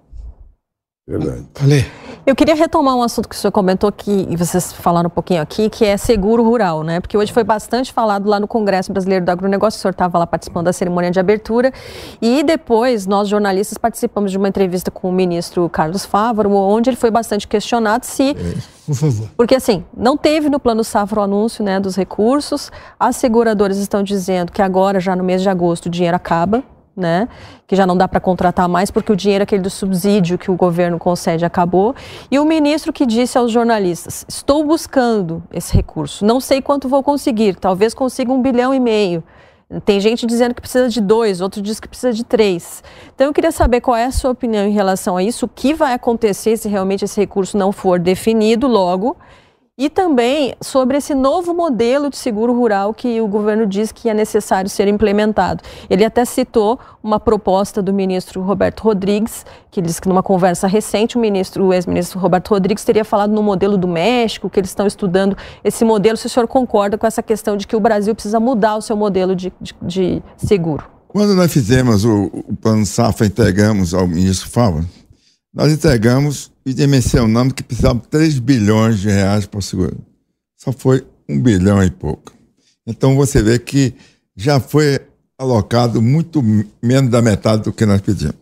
Verdade. Ale. Eu queria retomar um assunto que o senhor comentou aqui, e vocês falaram um pouquinho aqui, que é seguro rural, né? Porque hoje foi bastante falado lá no Congresso Brasileiro do Agronegócio, o senhor estava lá participando da cerimônia de abertura, e depois nós, jornalistas, participamos de uma entrevista com o ministro Carlos Fávaro, onde ele foi bastante questionado se... Por favor. Porque assim, não teve no Plano Safra o anúncio, né, dos recursos, as seguradoras estão dizendo que agora, já no mês de agosto, o dinheiro acaba, né? Que já não dá para contratar mais porque o dinheiro aquele do subsídio que o governo concede acabou. E o ministro que disse aos jornalistas: estou buscando esse recurso, não sei quanto vou conseguir, talvez consiga 1,5 bilhão. Tem gente dizendo que precisa de 2, outro diz que precisa de 3. Então eu queria saber qual é a sua opinião em relação a isso, o que vai acontecer se realmente esse recurso não for definido logo. E também sobre esse novo modelo de seguro rural que o governo diz que é necessário ser implementado. Ele até citou uma proposta do ministro Roberto Rodrigues, que diz que numa conversa recente o ex-ministro Roberto Rodrigues teria falado no modelo do México, que eles estão estudando esse modelo. Se o senhor concorda com essa questão de que o Brasil precisa mudar o seu modelo de seguro? Quando nós fizemos o Plano Safra, entregamos ao ministro Fávaro, nós entregamos e dimensionamos que precisava de 3 bilhões de reais para o seguro. Só foi 1 bilhão e pouco. Então você vê que já foi alocado muito menos da metade do que nós pedimos.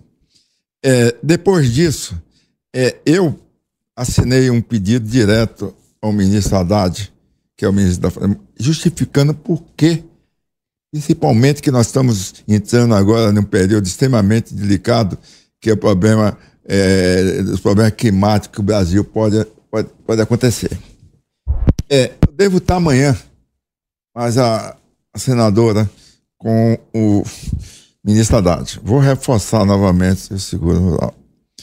Depois disso, eu assinei um pedido direto ao ministro Haddad, que é o ministro da Fazenda, justificando por que, principalmente que nós estamos entrando agora num período extremamente delicado, que é o problema dos problemas climáticos que o Brasil pode acontecer. Eu devo estar amanhã, mas a senadora com o ministro Haddad. Vou reforçar novamente o seguro rural.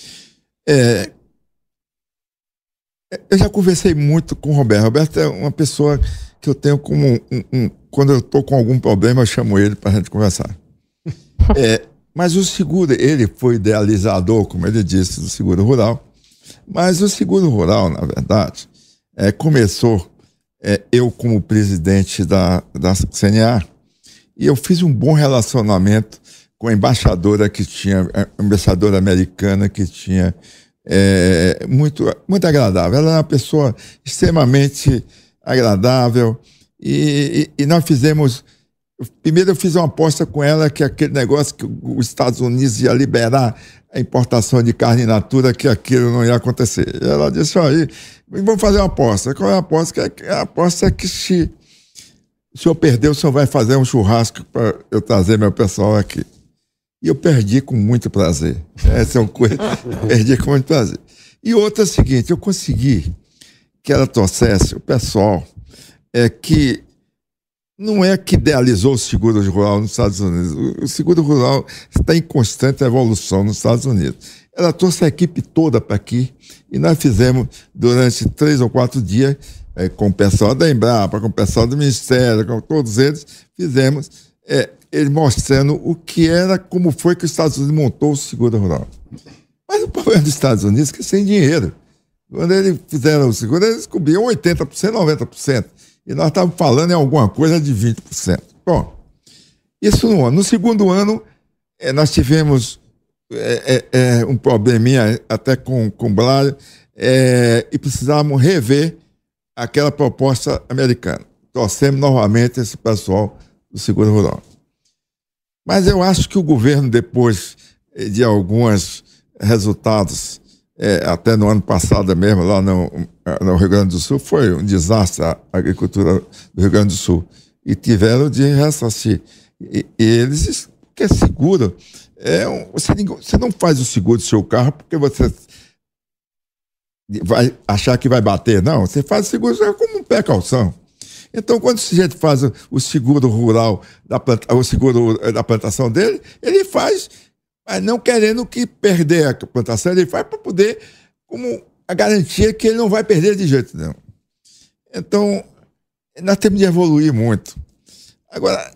Eu já conversei muito com o Roberto. Roberto é uma pessoa que eu tenho como quando eu estou com algum problema, eu chamo ele para a gente conversar. Mas o seguro, ele foi idealizador, como ele disse, do seguro rural. Mas o seguro rural, na verdade, começou eu como presidente da CNA, e eu fiz um bom relacionamento com a embaixadora que tinha, a embaixadora americana que tinha, muito agradável. Ela é uma pessoa extremamente agradável, e nós fizemos... Primeiro eu fiz uma aposta com ela que aquele negócio que os Estados Unidos ia liberar a importação de carne in natura, que aquilo não ia acontecer. E ela disse, aí, vamos fazer uma aposta. Qual é a aposta? A aposta é que se o senhor perder, o senhor vai fazer um churrasco para eu trazer meu pessoal aqui. E eu perdi com muito prazer. Essa é uma coisa, perdi com muito prazer. E outra é o seguinte, eu consegui que ela trouxesse o pessoal que não é que idealizou o seguro rural nos Estados Unidos. O seguro rural está em constante evolução nos Estados Unidos. Ela trouxe a equipe toda para aqui e nós fizemos durante 3 ou 4 dias, com o pessoal da Embrapa, com o pessoal do Ministério, com todos eles, fizemos ele mostrando o que era, como foi que os Estados Unidos montou o seguro rural. Mas o problema dos Estados Unidos é que sem dinheiro. Quando eles fizeram o seguro, eles cobriam 80%, 90%. E nós estávamos falando em alguma coisa de 20%. Bom, isso no ano. No segundo ano, nós tivemos um probleminha até com o Blário, e precisávamos rever aquela proposta americana. Trouxemos novamente esse pessoal do seguro rural. Mas eu acho que o governo, depois de alguns resultados, até no ano passado mesmo, lá no Rio Grande do Sul, foi um desastre a agricultura do Rio Grande do Sul. E tiveram de ressarcir. E eles, que é seguro, você não faz o seguro do seu carro porque você vai achar que vai bater. Não, você faz o seguro como um precaução. Então, quando o sujeito faz o seguro rural, o seguro da plantação dele, ele faz, mas não querendo que perder a plantação, ele faz para poder, como a garantia que ele não vai perder de jeito nenhum. Então, nós temos de evoluir muito. Agora,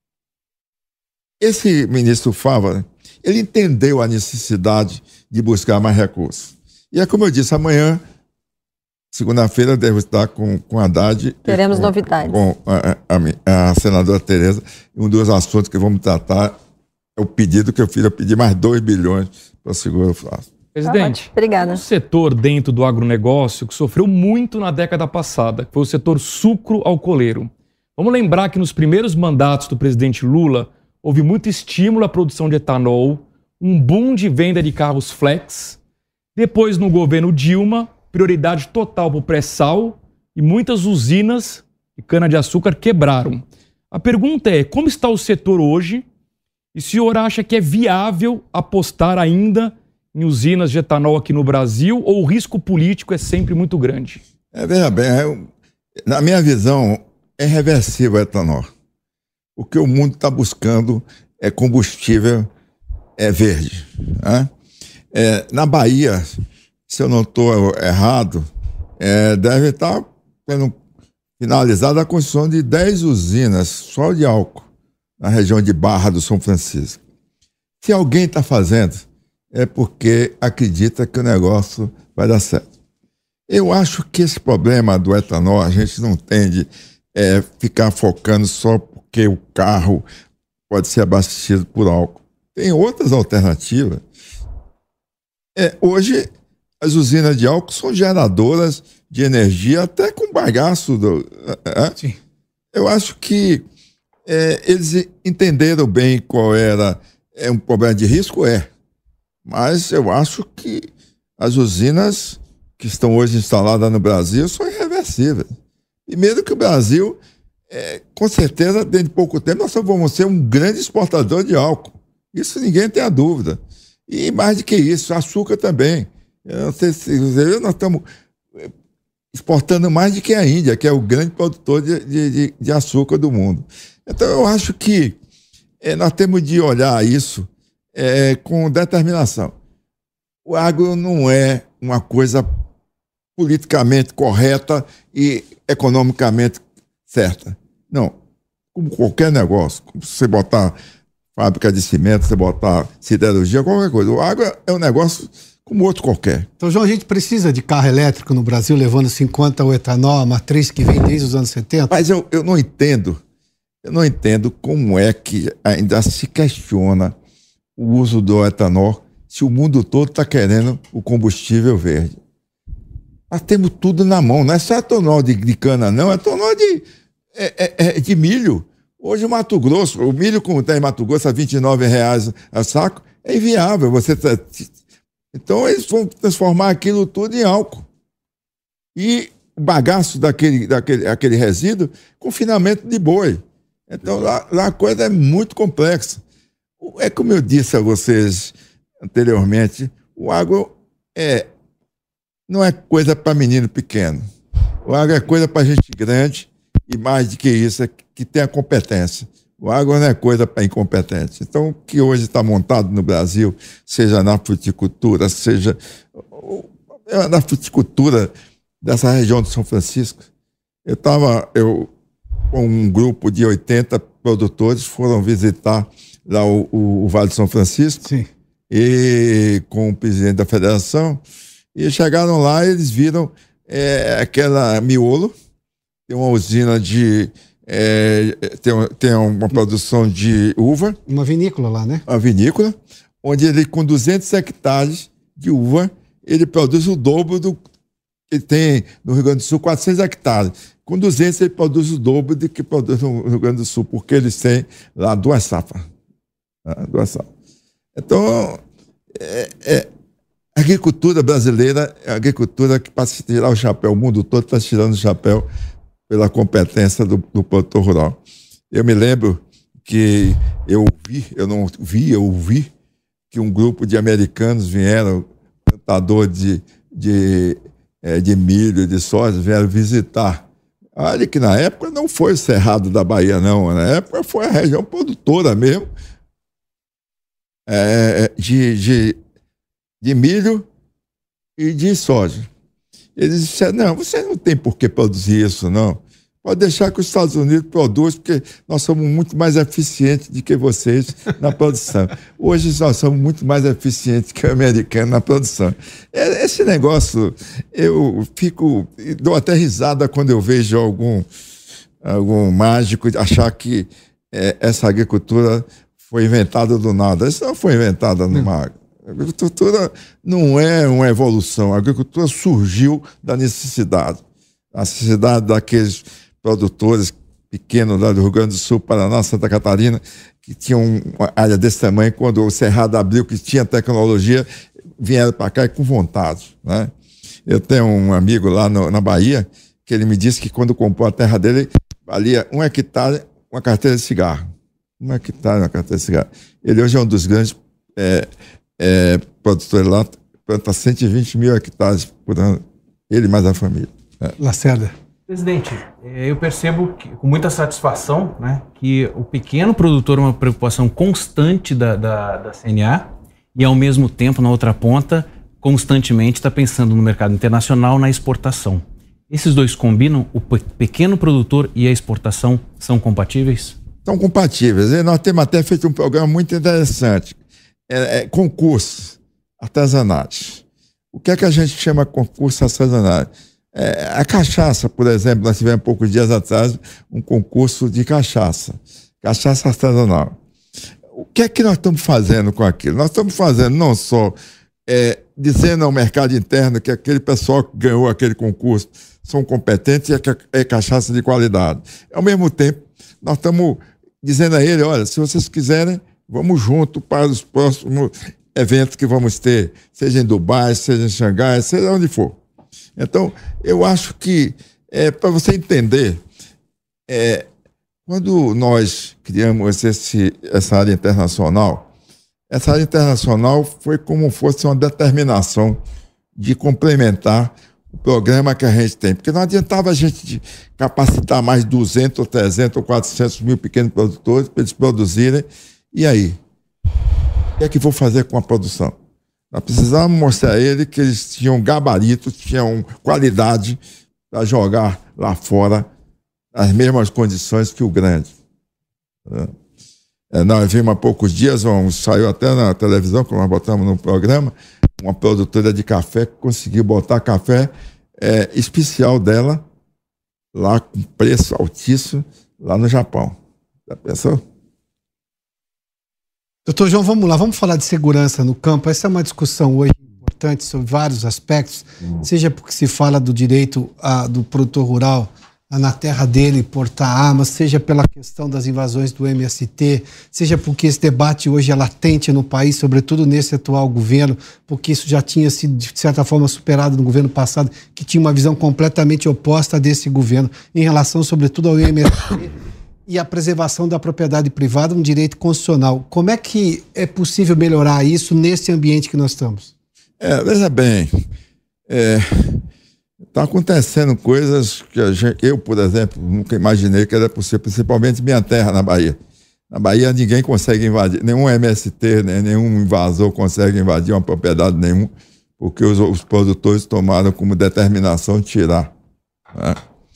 esse ministro Fávaro, ele entendeu a necessidade de buscar mais recursos. E é como eu disse, amanhã, segunda-feira, eu devo estar com a Haddad. Teremos novidades. Com a senadora Tereza. Um dos assuntos que vamos tratar é o pedido que eu fiz, eu pedi mais 2 bilhões para o seguro fácil. Presidente, obrigada. Um setor dentro do agronegócio que sofreu muito na década passada, que foi o setor sucro-alcooleiro. Vamos lembrar que nos primeiros mandatos do presidente Lula, houve muito estímulo à produção de etanol, um boom de venda de carros flex. Depois, no governo Dilma, prioridade total para o pré-sal e muitas usinas de cana-de-açúcar quebraram. A pergunta é, como está o setor hoje? E se o senhor acha que é viável apostar ainda em usinas de etanol aqui no Brasil ou o risco político é sempre muito grande? Veja bem, na minha visão, é reversível o etanol. O que o mundo está buscando é combustível verde. Né? Na Bahia, se eu não estou errado, deve estar sendo finalizada a construção de 10 usinas só de álcool na região de Barra do São Francisco. Se alguém está fazendo, é porque acredita que o negócio vai dar certo. Eu acho que esse problema do etanol, a gente não tem de ficar focando só porque o carro pode ser abastecido por álcool. Tem outras alternativas. Hoje, as usinas de álcool são geradoras de energia até com bagaço. Sim. Eu acho que eles entenderam bem qual era um problema de risco, mas eu acho que as usinas que estão hoje instaladas no Brasil são irreversíveis. Primeiro que o Brasil, com certeza, dentro de pouco tempo, nós vamos ser um grande exportador de álcool. Isso ninguém tem a dúvida. E mais do que isso, açúcar também. Eu não sei se nós estamos exportando mais do que a Índia, que é o grande produtor de açúcar do mundo. Então, eu acho que nós temos de olhar isso com determinação. O agro não é uma coisa politicamente correta e economicamente certa. Não. Como qualquer negócio, como você botar fábrica de cimento, você botar siderurgia, qualquer coisa. O agro é um negócio como outro qualquer. Então, João, a gente precisa de carro elétrico no Brasil, levando-se em conta o etanol, a matriz que vem desde os anos 70? Mas eu não entendo. Eu não entendo como é que ainda se questiona o uso do etanol se o mundo todo está querendo o combustível verde. Nós temos tudo na mão, não é só etanol de cana, não, é etanol de milho. Hoje o Mato Grosso, o milho como está em Mato Grosso a R$29 a saco, é inviável. Então eles vão transformar aquilo tudo em álcool. E o bagaço daquele resíduo, confinamento de boi. Então lá a coisa é muito complexa. É como eu disse a vocês anteriormente, o agro não é coisa para menino pequeno. O agro é coisa para gente grande e mais do que isso, é que tem a competência. O agro não é coisa para incompetente. Então, o que hoje está montado no Brasil, seja na fruticultura, seja na fruticultura dessa região de São Francisco, com um grupo de 80 produtores, foram visitar lá o Vale de São Francisco. Sim. E com o presidente da federação, e chegaram lá e eles viram aquela miolo, tem uma usina tem uma produção de uva. Uma vinícola lá, né? Uma vinícola, onde ele, com 200 hectares de uva, ele produz o dobro do que tem no Rio Grande do Sul, 400 hectares. Com 200 ele produz o dobro do que produz no Rio Grande do Sul, porque eles têm lá 2 safras. Doação. Então, a agricultura brasileira é a agricultura que, para se tirar o chapéu, o mundo todo está tirando o chapéu pela competência do produtor rural. Eu me lembro que eu ouvi que um grupo de americanos vieram, plantador de milho, de soja, vieram visitar. Olha que na época não foi o Cerrado da Bahia, não. Na época foi a região produtora mesmo de milho e de soja. Eles disseram, não, você não tem por que produzir isso, não. Pode deixar que os Estados Unidos produzam, porque nós somos muito mais eficientes do que vocês na produção. Hoje nós somos muito mais eficientes que o americano na produção. Esse negócio, eu dou até risada quando eu vejo algum mágico achar que essa agricultura foi inventada do nada. Isso não foi inventada no mar. A agricultura não é uma evolução. A agricultura surgiu da necessidade. A necessidade daqueles produtores pequenos lá do Rio Grande do Sul, Paraná, Santa Catarina, que tinham uma área desse tamanho, quando o Cerrado abriu, que tinha tecnologia, vieram para cá e com vontade, né? Eu tenho um amigo lá na Bahia, que ele me disse que quando comprou a terra dele, valia 1 hectare uma carteira de cigarro. 1 hectare uma carteira de cigarro. Ele hoje é um dos grandes produtores lá, planta 120 mil hectares por ano, ele mais a família. Lacerda. Presidente, eu percebo com muita satisfação, né, que o pequeno produtor é uma preocupação constante da CNA e, ao mesmo tempo, na outra ponta, constantemente está pensando no mercado internacional, na exportação. Esses dois combinam? O pequeno produtor e a exportação são compatíveis? São compatíveis. E nós temos até feito um programa muito interessante. Concursos artesanais. O que é que a gente chama de concurso artesanal? A cachaça, por exemplo, nós tivemos poucos dias atrás um concurso de cachaça artesanal. O que é que nós estamos fazendo com aquilo? Nós estamos fazendo não só dizendo ao mercado interno que aquele pessoal que ganhou aquele concurso são competentes e é cachaça de qualidade. Ao mesmo tempo, nós estamos dizendo a ele, olha, se vocês quiserem, vamos junto para os próximos eventos que vamos ter, seja em Dubai, seja em Xangai, seja onde for. Então, eu acho que, para você entender, quando nós criamos essa área internacional foi como fosse uma determinação de complementar o programa que a gente tem. Porque não adiantava a gente capacitar mais 200, ou 300, ou 400 mil pequenos produtores para eles produzirem. E aí? O que é que vou fazer com a produção? Nós precisávamos mostrar a ele que eles tinham gabarito, tinham qualidade para jogar lá fora as mesmas condições que o grande. Nós vimos há poucos dias, saiu até na televisão, que nós botamos no programa, uma produtora de café que conseguiu botar café especial dela lá com preço altíssimo lá no Japão. Já pensou? Doutor João, vamos lá, vamos falar de segurança no campo. Essa é uma discussão hoje importante sobre vários aspectos, seja porque se fala do direito do produtor rural na terra dele portar armas, seja pela questão das invasões do MST, seja porque esse debate hoje é latente no país, sobretudo nesse atual governo, porque isso já tinha sido, de certa forma, superado no governo passado, que tinha uma visão completamente oposta desse governo em relação, sobretudo, ao MST e a preservação da propriedade privada, um direito constitucional. Como é que é possível melhorar isso nesse ambiente que nós estamos? Veja bem, está acontecendo coisas que eu, por exemplo, nunca imaginei que era possível, principalmente minha terra, na Bahia. Na Bahia ninguém consegue invadir, nenhum MST, nenhum invasor consegue invadir uma propriedade nenhuma, porque os produtores tomaram como determinação tirar. Né?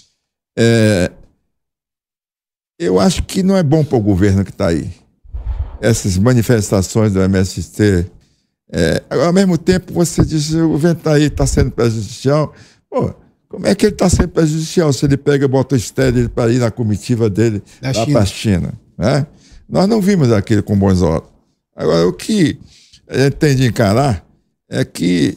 Eu acho que não é bom para o governo que está aí. Essas manifestações do MST. Ao mesmo tempo, você diz o governo está aí, está sendo prejudicial. Pô, como é que ele está sendo prejudicial se ele pega e bota o estéreo para ir na comitiva dele lá para a China? Né? Nós não vimos aquilo com bons olhos. Agora, o que a gente tem de encarar é que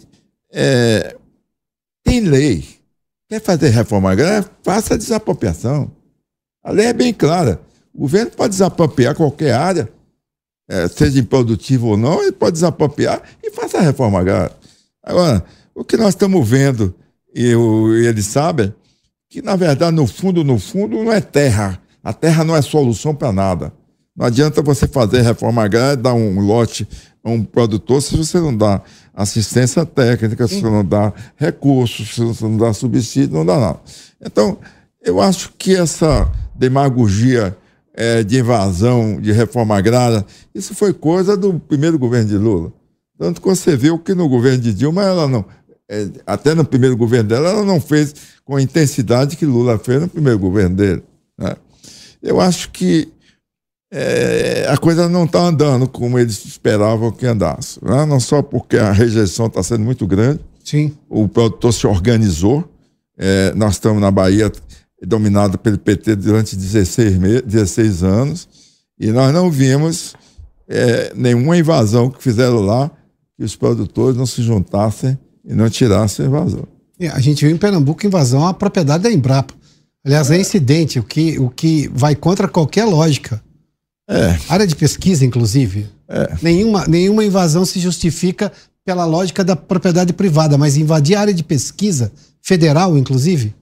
tem lei. Quer fazer reforma agrária? Faça a desapropriação. A lei é bem clara. O governo pode desapropriar qualquer área seja improdutivo ou não, ele pode desapropriar e faça a reforma agrária. Agora, o que nós estamos vendo, e eles sabem, que na verdade, no fundo, não é terra. A terra não é solução para nada. Não adianta você fazer reforma agrária, dar um lote a um produtor se você não dá assistência técnica, se você não dá recursos, se você não dá subsídio, não dá nada. Então, eu acho que essa demagogia de invasão, de reforma agrária, isso foi coisa do primeiro governo de Lula. Tanto que você viu que no governo de Dilma, ela não, até no primeiro governo dela, ela não fez com a intensidade que Lula fez no primeiro governo dele, né? Eu acho que a coisa não está andando como eles esperavam que andasse, né? Não só porque a rejeição está sendo muito grande. Sim. O produtor se organizou. Nós estamos na Bahia dominado pelo PT durante 16 anos e nós não vimos nenhuma invasão que fizeram lá que os produtores não se juntassem e não tirassem a invasão. A gente viu em Pernambuco invasão à propriedade da Embrapa. Aliás, é incidente, o que vai contra qualquer lógica. Área de pesquisa, inclusive. Nenhuma invasão se justifica pela lógica da propriedade privada, mas invadir a área de pesquisa federal, inclusive?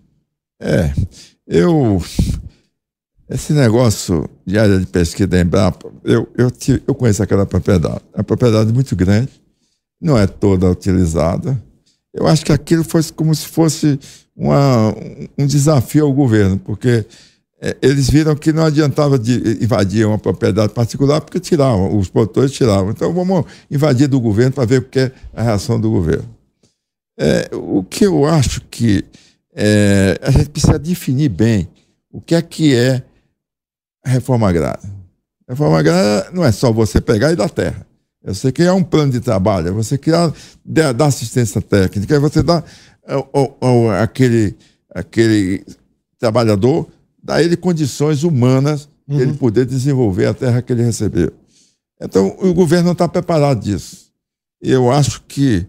Esse negócio de área de pesquisa da Embrapa, eu conheço aquela propriedade. É uma propriedade muito grande, não é toda utilizada. Eu acho que aquilo foi como se fosse um desafio ao governo, porque eles viram que não adiantava invadir uma propriedade particular, porque os produtores tiravam. Então vamos invadir do governo para ver o que é a reação do governo. O que eu acho que a gente precisa definir bem o que é a reforma agrária. A reforma agrária não é só você pegar e dar terra. É você criar um plano de trabalho, é você dar assistência técnica, é você dar aquele trabalhador, dar ele condições humanas de ele poder desenvolver a terra que ele recebeu. Então, o governo não está preparado disso. Eu acho que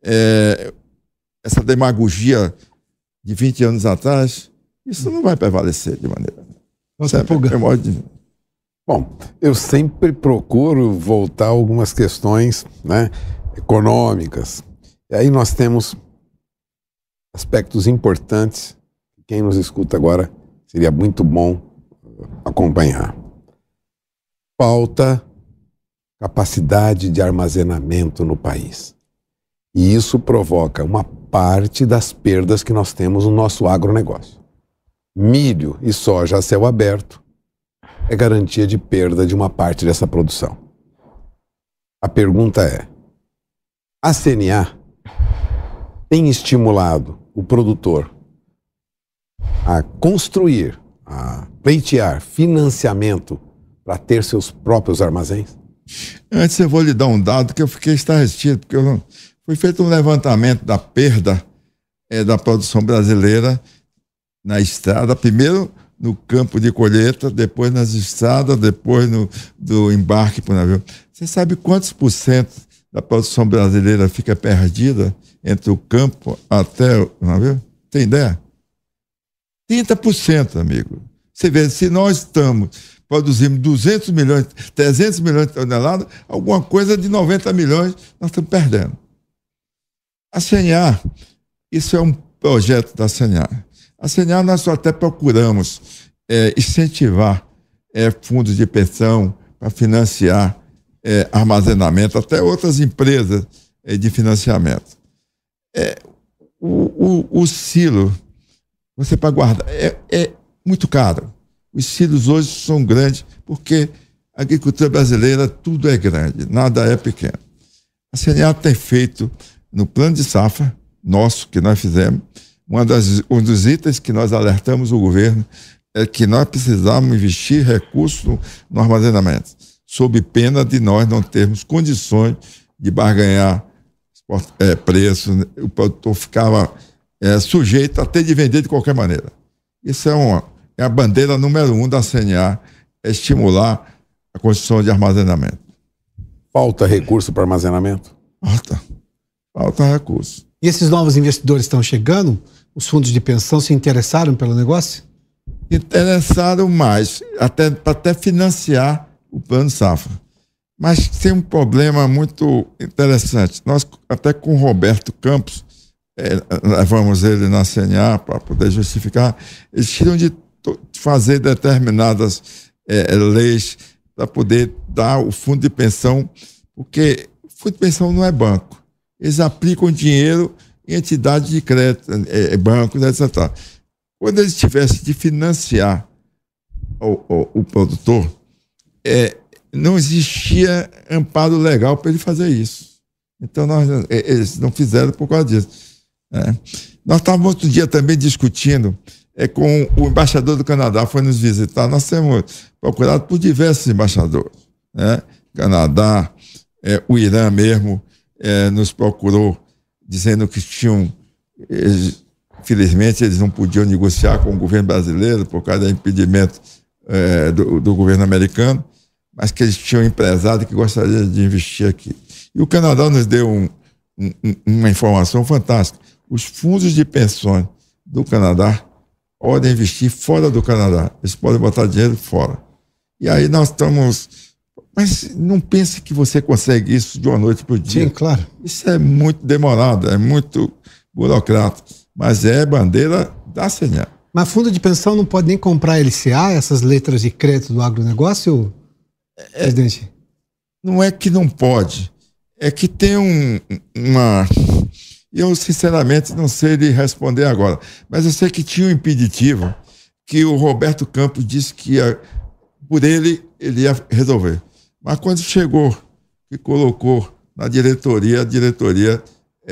essa demagogia de 20 anos atrás, isso não vai prevalecer de maneira. Bom, eu sempre procuro voltar a algumas questões, né, econômicas. E aí nós temos aspectos importantes que quem nos escuta agora seria muito bom acompanhar. Falta capacidade de armazenamento no país. E isso provoca uma parte das perdas que nós temos no nosso agronegócio. Milho e soja a céu aberto é garantia de perda de uma parte dessa produção. A pergunta é: a CNA tem estimulado o produtor a construir, a pleitear financiamento para ter seus próprios armazéns? Antes eu vou lhe dar um dado que eu fiquei estarrecido, porque foi feito um levantamento da perda da produção brasileira na estrada, primeiro no campo de colheita, depois nas estradas, depois do embarque para o navio. Você sabe quantos % da produção brasileira fica perdida entre o campo até o navio? Tem ideia? 30%, amigo. Você vê, se nós produzimos 200 milhões, 300 milhões de toneladas, alguma coisa de 90 milhões nós estamos perdendo. A CNA, isso é um projeto da CNA. A CNA nós só até procuramos incentivar fundos de pensão para financiar armazenamento, até outras empresas de financiamento. O silo, você para guardar, é muito caro. Os silos hoje são grandes porque a agricultura brasileira tudo é grande, nada é pequeno. A CNA tem feito, no plano de safra nosso que nós fizemos, um dos itens que nós alertamos o governo é que nós precisamos investir recursos no armazenamento, sob pena de nós não termos condições de barganhar preço. O produtor ficava sujeito a ter de vender de qualquer maneira. Isso é a bandeira número 1 da CNA, é estimular a construção de armazenamento. Falta recurso para armazenamento? Falta recurso. E esses novos investidores estão chegando? Os fundos de pensão se interessaram pelo negócio? Interessaram mais, até financiar o plano safra. Mas tem um problema muito interessante. Nós, até com o Roberto Campos, levamos ele na CNA para poder justificar, eles tinham de fazer determinadas leis para poder dar o fundo de pensão, porque o fundo de pensão não é banco. Eles aplicam dinheiro em entidades de crédito, bancos, etc. Quando eles tivessem de financiar o produtor, não existia amparo legal para ele fazer isso. Então, eles não fizeram por causa disso. Nós estávamos outro dia também discutindo com o embaixador do Canadá, foi nos visitar. Nós temos procurado por diversos embaixadores. Canadá, o Irã mesmo nos procurou, dizendo que tinham... Infelizmente, eles não podiam negociar com o governo brasileiro por causa do impedimento do governo americano, mas que eles tinham empresário que gostaria de investir aqui. E o Canadá nos deu uma informação fantástica. Os fundos de pensões do Canadá podem investir fora do Canadá. Eles podem botar dinheiro fora. E aí nós estamos... Mas não pense que você consegue isso de uma noite para o dia. Sim, claro. Isso é muito demorado, é muito burocrata. Mas é bandeira da CNA. Mas fundo de pensão não pode nem comprar LCA, essas letras de crédito do agronegócio, presidente? Não é que não pode. É que tem uma... Eu, sinceramente, não sei lhe responder agora. Mas eu sei que tinha um impeditivo que o Roberto Campos disse que por ele ia resolver. Mas quando chegou e colocou na diretoria, a diretoria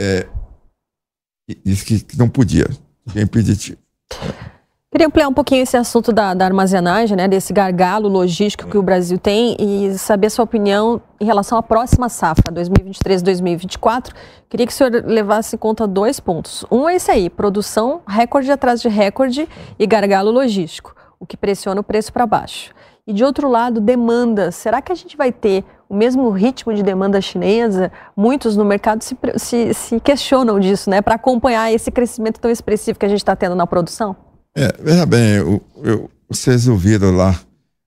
disse que não podia. Tinha impeditivo. Queria ampliar um pouquinho esse assunto da armazenagem, né, desse gargalo logístico que o Brasil tem e saber a sua opinião em relação à próxima safra, 2023-2024. Queria que o senhor levasse em conta 2 pontos. Um é esse aí, produção recorde atrás de recorde e gargalo logístico, o que pressiona o preço para baixo. E de outro lado, demanda. Será que a gente vai ter o mesmo ritmo de demanda chinesa? Muitos no mercado se questionam disso, né, para acompanhar esse crescimento tão expressivo que a gente está tendo na produção. Veja bem, vocês ouviram lá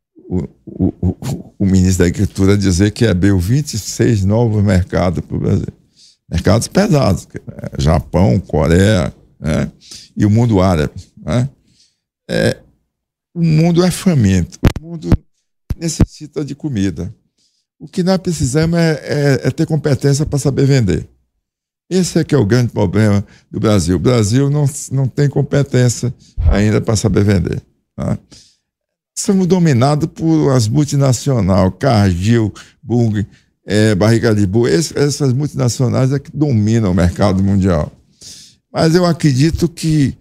o ministro da Agricultura dizer que abriu 26 novos mercados para o Brasil. Mercados pesados, Japão, Coreia, né? E o mundo árabe. Né? O mundo é faminto, o mundo necessita de comida. O que nós precisamos é ter competência para saber vender. Esse é que é o grande problema do Brasil. O Brasil não tem competência ainda para saber vender. Tá? Somos dominados por as multinacionais, Cargill, Bunge, Barriga de Boi. Essas multinacionais é que dominam o mercado mundial. Mas eu acredito que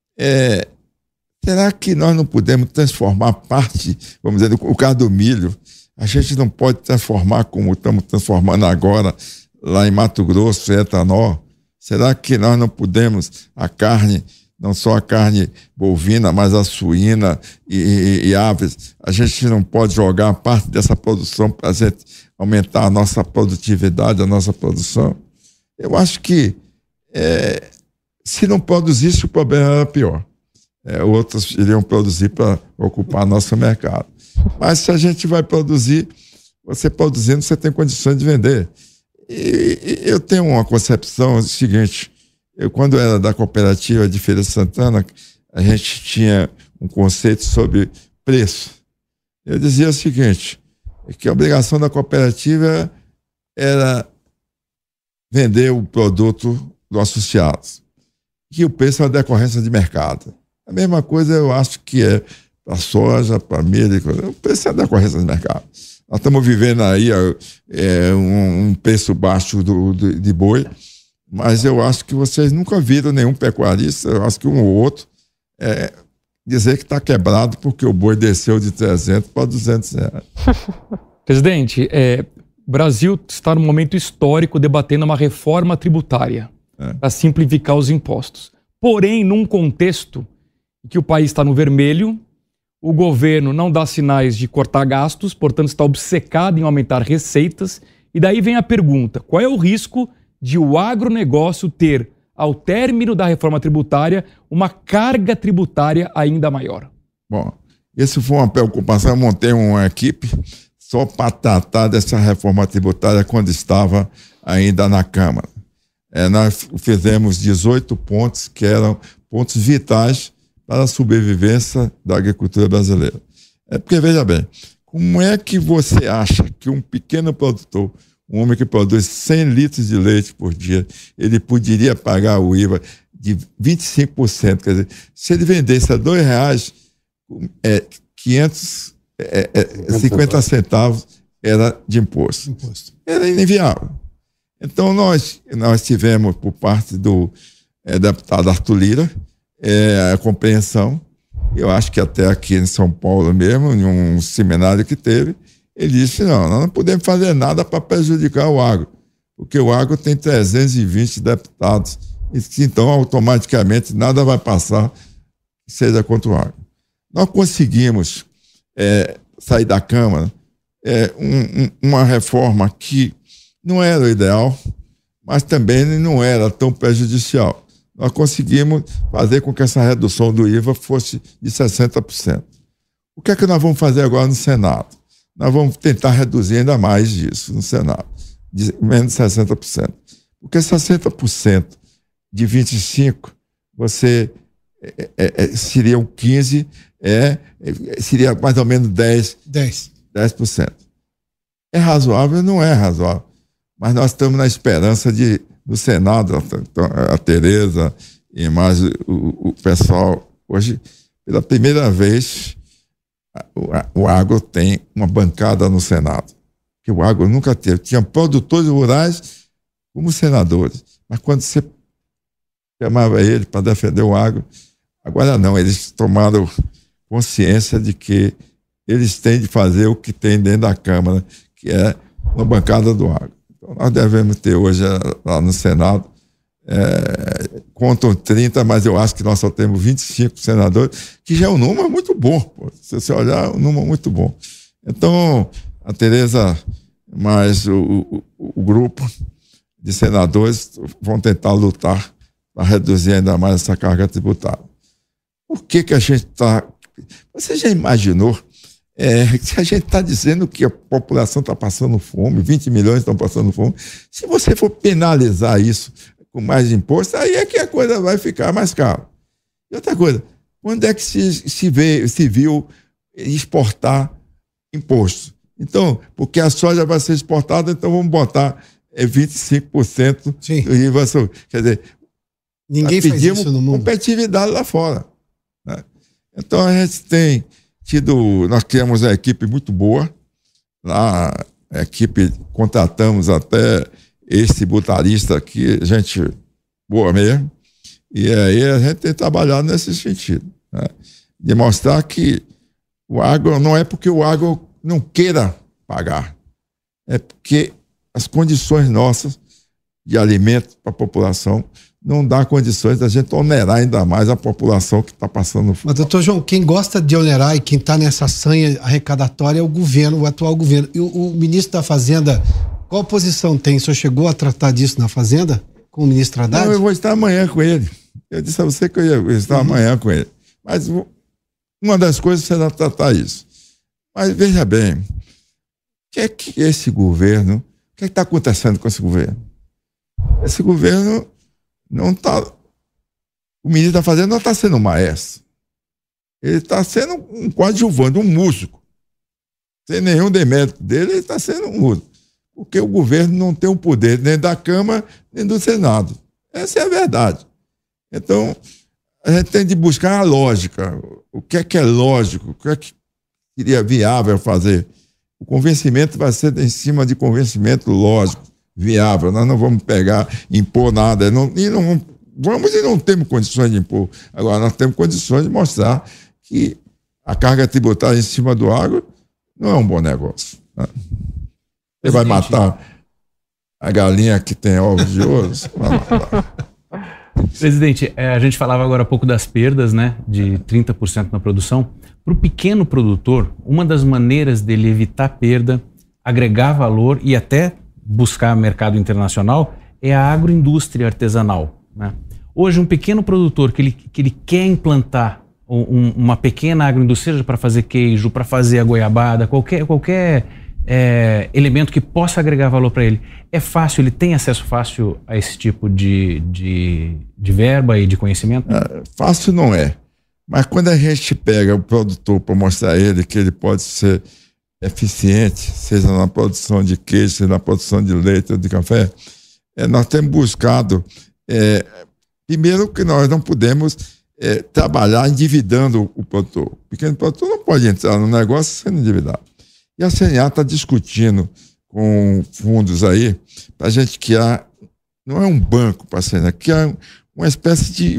será que nós não podemos transformar parte, vamos dizer, o caso do milho, a gente não pode transformar como estamos transformando agora lá em Mato Grosso, etanol? Será que nós não podemos a carne, não só a carne bovina, mas a suína e aves, a gente não pode jogar parte dessa produção para a gente aumentar a nossa produtividade, a nossa produção? Eu acho que se não produzisse, o problema era pior. Outros iriam produzir para ocupar nosso mercado. Mas se a gente vai produzir, você produzindo, você tem condições de vender. E eu tenho uma concepção seguinte: quando era da cooperativa de Feira de Santana, a gente tinha um conceito sobre preço. Eu dizia o seguinte, que a obrigação da cooperativa era vender o produto do associado, que o preço é uma decorrência de mercado. A mesma coisa eu acho que é para soja, para milho, o preço é uma decorrência de mercado. Nós estamos vivendo aí um preço baixo de boi, mas eu acho que vocês nunca viram nenhum pecuarista, eu acho que um ou outro, dizer que está quebrado porque o boi desceu de 300 para 200 reais. Presidente, o Brasil está num momento histórico debatendo uma reforma tributária para simplificar os impostos. Porém, num contexto em que o país está no vermelho, o governo não dá sinais de cortar gastos, portanto está obcecado em aumentar receitas. E daí vem a pergunta: qual é o risco de o agronegócio ter, ao término da reforma tributária, uma carga tributária ainda maior? Bom, isso foi uma preocupação. Eu montei uma equipe, só para tratar dessa reforma tributária quando estava ainda na Câmara. Nós fizemos 18 pontos que eram pontos vitais para a sobrevivência da agricultura brasileira. Porque, veja bem, como é que você acha que um pequeno produtor, um homem que produz 100 litros de leite por dia, ele poderia pagar o IVA de 25%? Quer dizer, se ele vendesse a R$2, 50 centavos era de imposto. Era inviável. Então, nós tivemos, por parte do deputado Arthur Lira, a compreensão. Eu acho que até aqui em São Paulo mesmo, em um seminário que teve, ele disse, nós não podemos fazer nada para prejudicar o agro, porque o agro tem 320 deputados, então automaticamente nada vai passar que seja contra o agro. Nós conseguimos sair da Câmara uma reforma que não era o ideal, mas também não era tão prejudicial. Nós conseguimos fazer com que essa redução do IVA fosse de 60%. O que é que nós vamos fazer agora no Senado? Nós vamos tentar reduzir ainda mais disso no Senado, de menos de 60%. Porque 60% de 25%, você seriam 15%, seria mais ou menos 10%. É razoável? Não é razoável. Mas nós estamos na esperança do Senado, a Tereza e mais o pessoal, hoje, pela primeira vez, o agro tem uma bancada no Senado, que o agro nunca teve. Tinha produtores rurais como senadores, mas quando você chamava ele para defender o agro, agora não, eles tomaram consciência de que eles têm de fazer o que tem dentro da Câmara, que é uma bancada do agro. Então, nós devemos ter hoje lá no Senado, contam 30, mas eu acho que nós só temos 25 senadores, que já é um número muito bom. Pô. Se você olhar, é um número muito bom. Então, a Tereza, mais o grupo de senadores vão tentar lutar para reduzir ainda mais essa carga tributária. Por que a gente está... Você já imaginou? Se a gente está dizendo que a população está passando fome, 20 milhões estão passando fome, se você for penalizar isso com mais imposto, aí é que a coisa vai ficar mais cara. E outra coisa, quando é que se viu exportar imposto? Então, porque a soja vai ser exportada, então vamos botar 25% do IVA. Quer dizer, ninguém faz isso no mundo. Competitividade lá fora, né? Então a gente tem nós temos uma equipe muito boa lá, a equipe, contratamos até esse tributarista aqui, gente boa mesmo, e aí a gente tem trabalhado nesse sentido, né? De mostrar que o agro, não é porque o agro não queira pagar, é porque as condições nossas de alimento para a população não dá condições da gente onerar ainda mais a população que está passando fome. Mas, doutor João, quem gosta de onerar e quem está nessa sanha arrecadatória é o governo, o atual governo. E o ministro da Fazenda, qual posição tem? O senhor chegou a tratar disso na Fazenda com o ministro Haddad? Não, eu vou estar amanhã com ele. Eu disse a você que eu ia estar amanhã com ele. Mas uma das coisas será tratar isso. Mas veja bem, o que é que esse governo, o que é que está acontecendo com esse governo? Esse governo não está... O ministro da Fazenda não está sendo um maestro. Ele está sendo um coadjuvante, um músico. Sem nenhum demérito dele, ele está sendo um músico. Porque o governo não tem o poder nem da Câmara, nem do Senado. Essa é a verdade. Então, a gente tem de buscar a lógica. O que é lógico? O que é que seria viável fazer? O convencimento vai ser em cima de convencimento lógico, viável. Nós não vamos impor nada. E não temos condições de impor. Agora, nós temos condições de mostrar que a carga tributária em cima do agro não é um bom negócio, né? Você vai matar a galinha que tem ovos de ouro? Vai matar. Presidente, a gente falava agora há pouco das perdas, né, de 30% na produção. Para o pequeno produtor, uma das maneiras dele evitar perda, agregar valor e até buscar mercado internacional é a agroindústria artesanal, né? Hoje, um pequeno produtor que ele quer implantar uma pequena agroindústria para fazer queijo, para fazer a goiabada, qualquer elemento que possa agregar valor para ele. É fácil, ele tem acesso fácil a esse tipo de verba e de conhecimento? Fácil não é. Mas quando a gente pega o produtor para mostrar a ele que ele pode ser eficiente, seja na produção de queijo, seja na produção de leite ou de café, nós temos buscado, primeiro que nós não podemos trabalhar endividando o produtor. O pequeno produtor não pode entrar no negócio sendo endividado. E a CNA está discutindo com fundos aí para a gente criar, não é um banco para a CNA, criar uma espécie de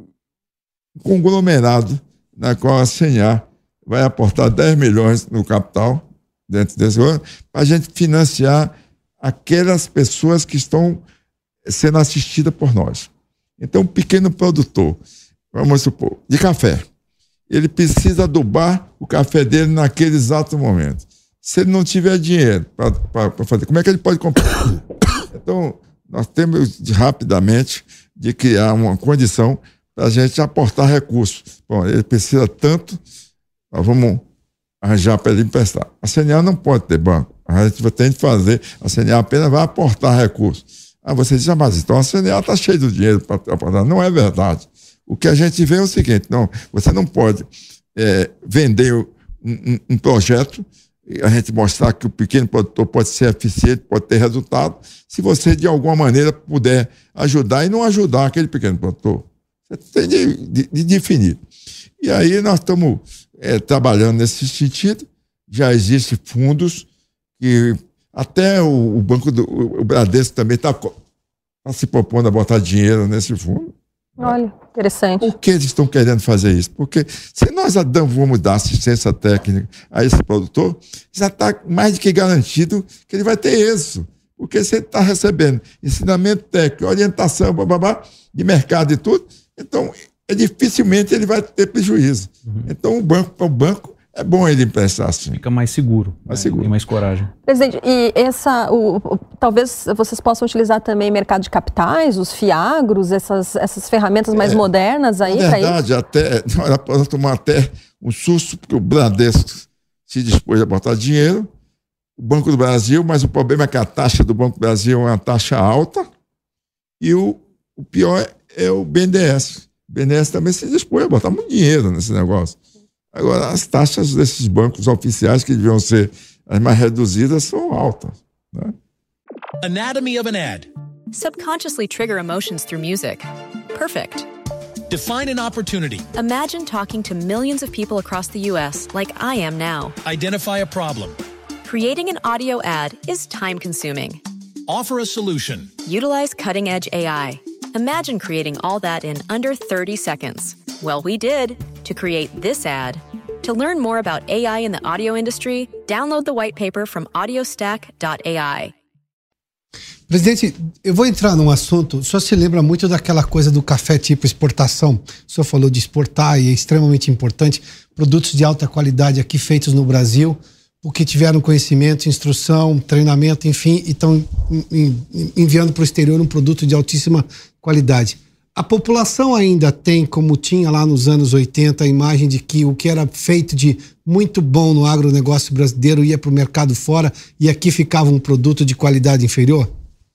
conglomerado na qual a CNA vai aportar 10 milhões no capital dentro desse ano para a gente financiar aquelas pessoas que estão sendo assistidas por nós. Então, um pequeno produtor, vamos supor, de café, ele precisa adubar o café dele naquele exato momento. Se ele não tiver dinheiro para fazer, como é que ele pode comprar? Então, nós temos rapidamente de criar uma condição para a gente aportar recursos. Bom, ele precisa tanto, nós vamos arranjar para ele emprestar. A CNA não pode ter banco. A gente tem que fazer, a CNA apenas vai aportar recursos. Você diz, mas então a CNA está cheia de dinheiro para aportar. Não é verdade. O que a gente vê é o seguinte, não, você não pode vender um projeto, a gente mostrar que o pequeno produtor pode ser eficiente, pode ter resultado, se você de alguma maneira puder ajudar e não ajudar aquele pequeno produtor. Você tem de definir. E aí nós estamos trabalhando nesse sentido. Já existem fundos que até o Banco o Bradesco também está se propondo a botar dinheiro nesse fundo. Olha, interessante. Por que eles estão querendo fazer isso? Porque se nós vamos dar assistência técnica a esse produtor, já está mais do que garantido que ele vai ter êxito. Porque você está recebendo ensinamento técnico, orientação, de mercado e tudo, então dificilmente ele vai ter prejuízo. Então o banco é bom ele emprestar assim. Fica mais seguro. Tem mais coragem. Presidente, e talvez vocês possam utilizar também mercado de capitais, os fiagros, essas ferramentas mais modernas aí para isso? Na verdade, nós tomamos até um susto, porque o Bradesco se dispôs a botar dinheiro, o Banco do Brasil, mas o problema é que a taxa do Banco do Brasil é uma taxa alta e o pior é o BNDES. O BNDES também se dispôs a botar muito dinheiro nesse negócio. Agora, as taxas desses bancos oficiais, que deviam ser as mais reduzidas, são altas, né? Anatomy of an ad. Subconsciously trigger emotions through music. Perfect. Define an opportunity. Imagine talking to millions of people across the U.S. like I am now. Identify a problem. Creating an audio ad is time-consuming. Offer a solution. Utilize cutting-edge AI. Imagine creating all that in under 30 seconds. Well, we did to create this ad. To learn more about AI in the audio industry, download the white paper from audiostack.ai. Presidente, eu vou entrar num assunto, o senhor se lembra muito daquela coisa do café tipo exportação. O senhor falou de exportar e é extremamente importante. Produtos de alta qualidade aqui feitos no Brasil, porque tiveram conhecimento, instrução, treinamento, enfim, e estão enviando para o exterior um produto de altíssima qualidade. A população ainda tem, como tinha lá nos anos 80, a imagem de que o que era feito de muito bom no agronegócio brasileiro ia para o mercado fora e aqui ficava um produto de qualidade inferior?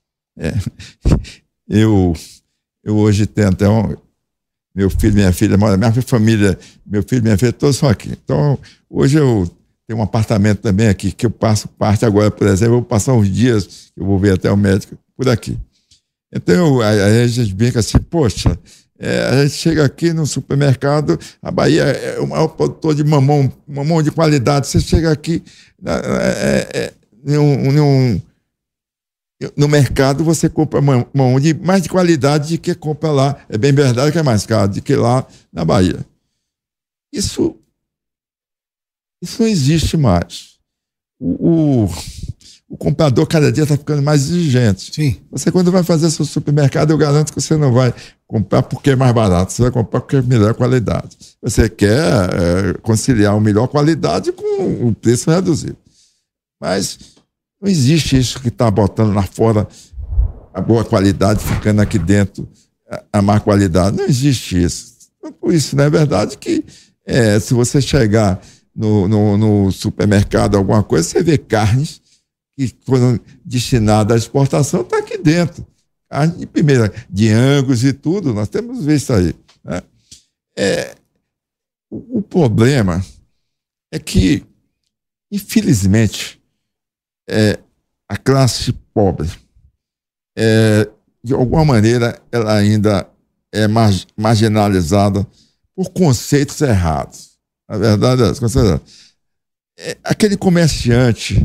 Eu hoje tenho até meu filho e minha filha, minha família, meu filho e minha filha, todos são aqui. Então, hoje eu tenho um apartamento também aqui, que eu passo parte agora, por exemplo, eu vou passar uns dias, eu vou ver até o médico por aqui. Então, a gente brinca assim, poxa, a gente chega aqui no supermercado, a Bahia é o maior produtor de mamão de qualidade. Você chega aqui no mercado, você compra mamão mais de qualidade do que compra lá. É bem verdade que é mais caro do que lá na Bahia. Isso não existe mais. O comprador cada dia está ficando mais exigente. Sim. Você, quando vai fazer seu supermercado, eu garanto que você não vai comprar porque é mais barato, você vai comprar porque é melhor qualidade. Você quer conciliar a melhor qualidade com o preço reduzido. Mas não existe isso que está botando lá fora a boa qualidade, ficando aqui dentro a má qualidade. Não existe isso. Por isso, não é verdade que se você chegar no supermercado, alguma coisa, você vê carnes que foram destinadas à exportação, está aqui dentro. Carne de primeira, de Angus e tudo, nós temos visto aí. Né? O problema é que, infelizmente, a classe pobre, de alguma maneira, ela ainda é marginalizada por conceitos errados. A verdade é essa. Aquele comerciante,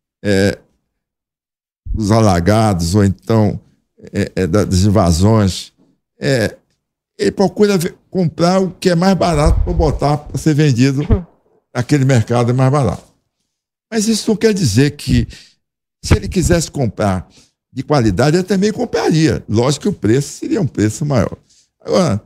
os alagados, ou então das invasões, ele procura comprar o que é mais barato para botar para ser vendido naquele mercado mais barato. Mas isso não quer dizer que, se ele quisesse comprar de qualidade, ele também compraria. Lógico que o preço seria um preço maior. Agora,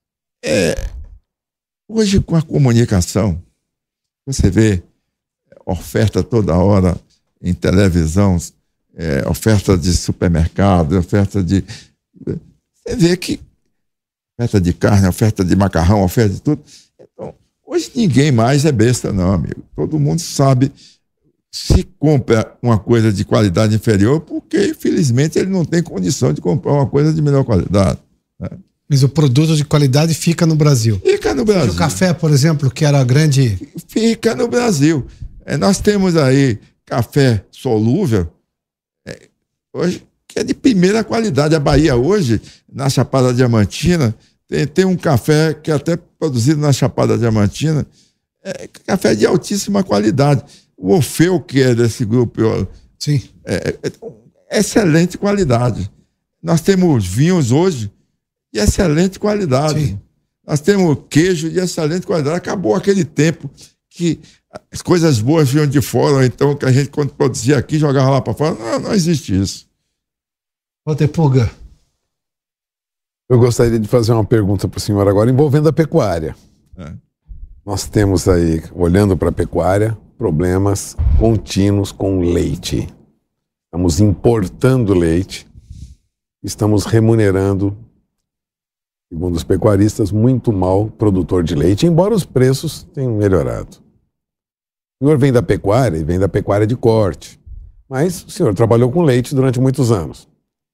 hoje, com a comunicação, você vê oferta toda hora em televisão, oferta de supermercado, oferta de... Você vê que oferta de carne, oferta de macarrão, oferta de tudo. Então, hoje ninguém mais é besta, não, amigo. Todo mundo sabe se compra uma coisa de qualidade inferior, porque, infelizmente, ele não tem condição de comprar uma coisa de melhor qualidade. Né? Mas o produto de qualidade fica no Brasil. Fica no Brasil. O café, por exemplo, que era grande... Fica no Brasil. Nós temos aí café solúvel, hoje, que é de primeira qualidade. A Bahia hoje, na Chapada Diamantina, tem um café que é até produzido na Chapada Diamantina, café de altíssima qualidade. O Orfeu, que é desse grupo, sim, excelente qualidade. Nós temos vinhos hoje de excelente qualidade. Sim. Nós temos queijo de excelente qualidade. Acabou aquele tempo que as coisas boas vinham de fora, ou então que a gente, quando produzia aqui, jogava lá para fora. Não existe isso. Walter Pulga. Eu gostaria de fazer uma pergunta para o senhor agora envolvendo a pecuária. Nós temos aí, olhando para a pecuária, problemas contínuos com leite. Estamos importando leite, estamos remunerando, segundo os pecuaristas, muito mal o produtor de leite, embora os preços tenham melhorado. O senhor vem da pecuária e vem da pecuária de corte, mas o senhor trabalhou com leite durante muitos anos.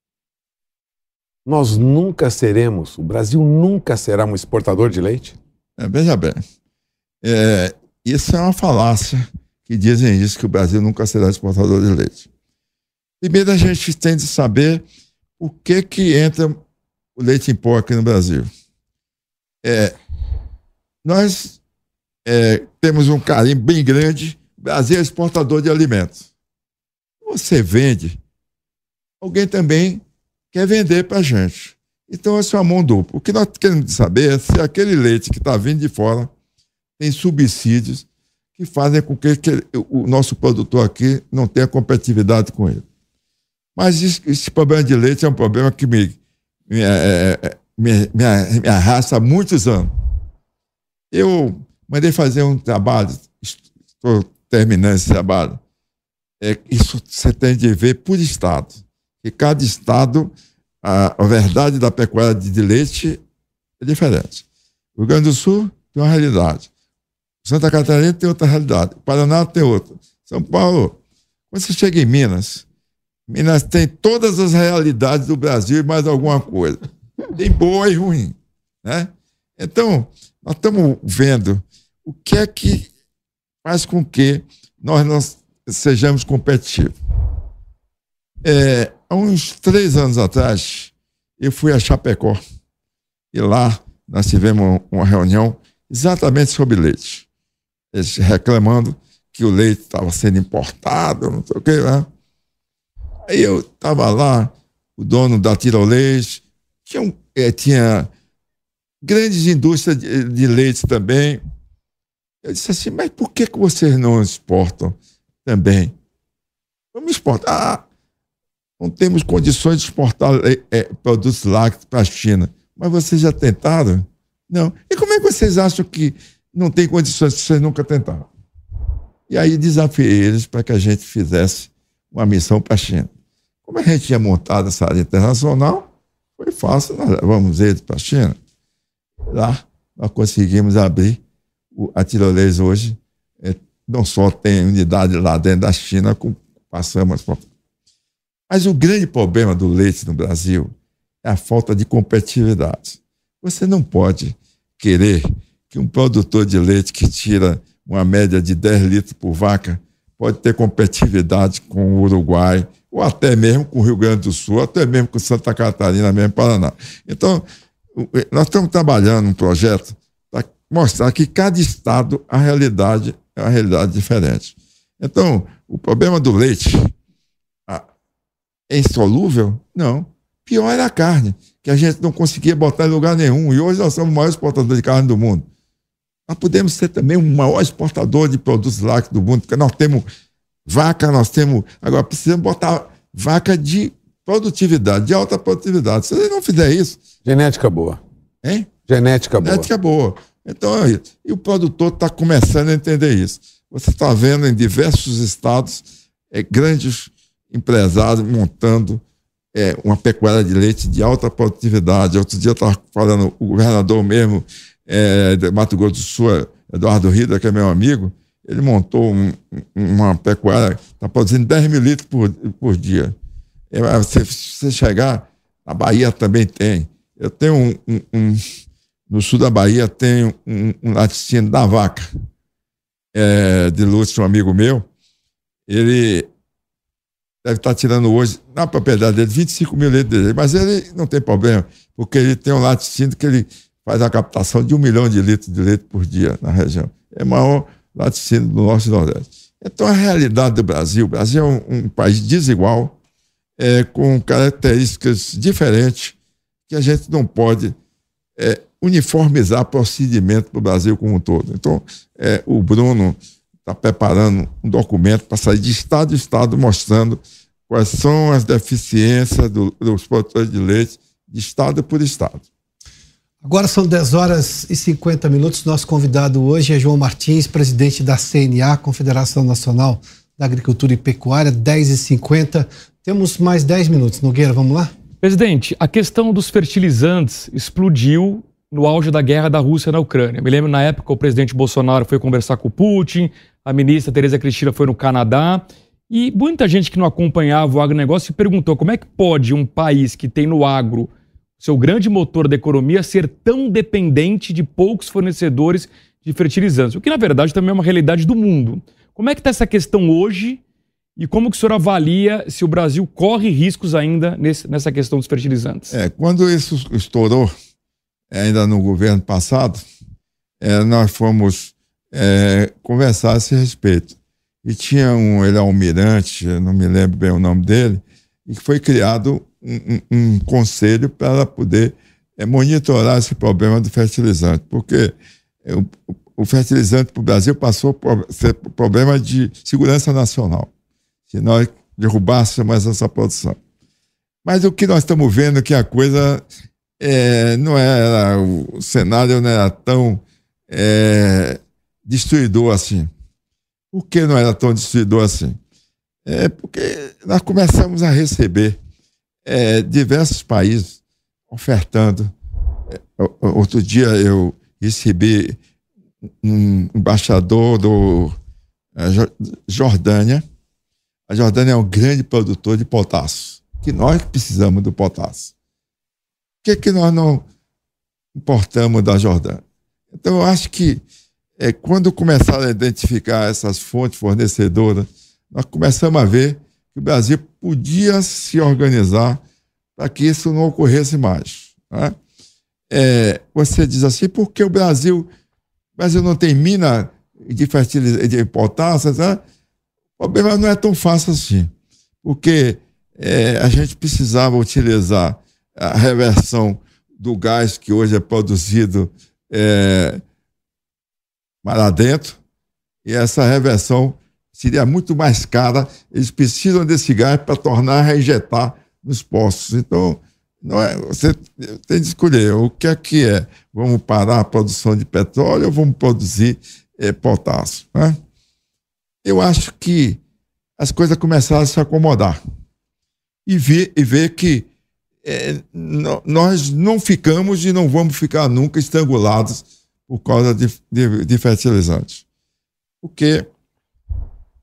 Nós nunca seremos, o Brasil nunca será um exportador de leite? Veja bem, isso é uma falácia que dizem isso, que o Brasil nunca será exportador de leite. Primeiro, a gente tem de saber por que entra o leite em pó aqui no Brasil. Nós temos um carimbo bem grande, o Brasil é exportador de alimentos. Você vende, alguém também quer vender para a gente. Então, essa é uma mão dupla. O que nós queremos saber é se aquele leite que está vindo de fora tem subsídios que fazem com que o nosso produtor aqui não tenha competitividade com ele. Mas esse problema de leite é um problema que me arrasta há muitos anos. Eu mandei fazer um trabalho, estou terminando esse trabalho. Isso você tem de ver por estado. Que cada estado, a verdade da pecuária de leite é diferente. O Rio Grande do Sul tem uma realidade. Santa Catarina tem outra realidade. Paraná tem outra. São Paulo, quando você chega em Minas tem todas as realidades do Brasil e mais alguma coisa. Tem boa e ruim. Né? Então, nós estamos vendo o que é que faz com que nós não sejamos competitivos. Há uns 3 anos atrás, eu fui a Chapecó e lá nós tivemos uma reunião exatamente sobre leite. Eles reclamando que o leite estava sendo importado, não sei o quê, né? Aí eu estava lá, o dono da Tirolês, tinha grandes indústrias de leite também. Eu disse assim, mas por que vocês não exportam também? Vamos exportar. Não temos condições de exportar produtos lácteos para a China. Mas vocês já tentaram? Não. E como é que vocês acham que não tem condições se vocês nunca tentaram? E aí desafiei eles para que a gente fizesse uma missão para a China. Como a gente tinha montado essa área internacional, foi fácil, nós levamos eles para a China. Lá nós conseguimos abrir a Tirolês hoje não só tem unidade lá dentro da China, como passamos. Mas o grande problema do leite no Brasil é a falta de competitividade. Você não pode querer que um produtor de leite que tira uma média de 10 litros por vaca pode ter competitividade com o Uruguai, ou até mesmo com o Rio Grande do Sul, até mesmo com Santa Catarina, mesmo Paraná. Então, nós estamos trabalhando um projeto para mostrar que cada estado a realidade é uma realidade diferente. Então, o problema do leite é insolúvel? Não. Pior era a carne, que a gente não conseguia botar em lugar nenhum. E hoje nós somos o maior exportador de carne do mundo. Nós podemos ser também o maior exportador de produtos lácteos do mundo, porque nós temos vaca, nós temos... Agora, precisamos botar vaca de produtividade, de alta produtividade. Se você não fizer isso... Genética boa. Hein? Genética boa. Genética boa. Então, é isso. E o produtor está começando a entender isso. Você está vendo em diversos estados grandes empresários montando uma pecuária de leite de alta produtividade. Outro dia eu estava falando, o governador mesmo de Mato Grosso do Sul, Eduardo Rida, que é meu amigo, ele montou uma pecuária, está produzindo 10 mil litros por dia. Se você chegar, a Bahia também tem. Eu tenho no sul da Bahia tem um laticínio da vaca, de Lúcio, um amigo meu. Ele deve estar tirando hoje, na propriedade dele, 25 mil litros dele, mas ele não tem problema, porque ele tem um laticínio que ele faz a captação de 1 milhão de litros de leite por dia na região. É o maior laticínio do Norte e Nordeste. Então, a realidade do Brasil, o Brasil é um país desigual, com características diferentes, que a gente não pode uniformizar procedimento para o Brasil como um todo. Então, o Bruno está preparando um documento para sair de estado em estado, mostrando quais são as deficiências dos produtores de leite, de estado por estado. Agora são 10h50. Nosso convidado hoje é João Martins, presidente da CNA, Confederação Nacional da Agricultura e Pecuária, 10h50. Temos mais 10 minutos. Nogueira, vamos lá? Presidente, a questão dos fertilizantes explodiu no auge da guerra da Rússia na Ucrânia. Me lembro, na época, o presidente Bolsonaro foi conversar com o Putin, a ministra Tereza Cristina foi no Canadá, e muita gente que não acompanhava o agronegócio se perguntou como é que pode um país que tem no agro seu grande motor da economia ser tão dependente de poucos fornecedores de fertilizantes, o que na verdade também é uma realidade do mundo. Como é que está essa questão hoje e como que o senhor avalia se o Brasil corre riscos ainda nessa questão dos fertilizantes? Quando isso estourou, ainda no governo passado, nós fomos conversar a esse respeito. E tinha ele é um almirante, eu não me lembro bem o nome dele, e que foi criado um conselho para poder monitorar esse problema do fertilizante, porque o fertilizante para o Brasil passou por ser problema de segurança nacional, se nós derrubássemos essa produção. Mas o que nós estamos vendo é que a coisa não era, o cenário não era tão destruidor assim. Por que não era tão destruidor assim? Porque nós começamos a receber diversos países ofertando. Outro dia eu recebi um embaixador do Jordânia. A Jordânia é um grande produtor de potássio, que nós precisamos do potássio. Por que nós não importamos da Jordânia? Então, eu acho que quando começaram a identificar essas fontes fornecedoras, nós começamos a ver que o Brasil podia se organizar para que isso não ocorresse mais. Né? Você diz assim, por que o Brasil não tem mina de potássio? Né? O problema não é tão fácil assim, porque a gente precisava utilizar a reversão do gás que hoje é produzido mar adentro, e essa reversão seria muito mais cara. Eles precisam desse gás para tornar a reinjetar nos poços. Então, você tem de escolher o que é. Vamos parar a produção de petróleo ou vamos produzir potássio? Né? Eu acho que as coisas começaram a se acomodar e ver que nós não ficamos e não vamos ficar nunca estrangulados por causa de fertilizantes. Porque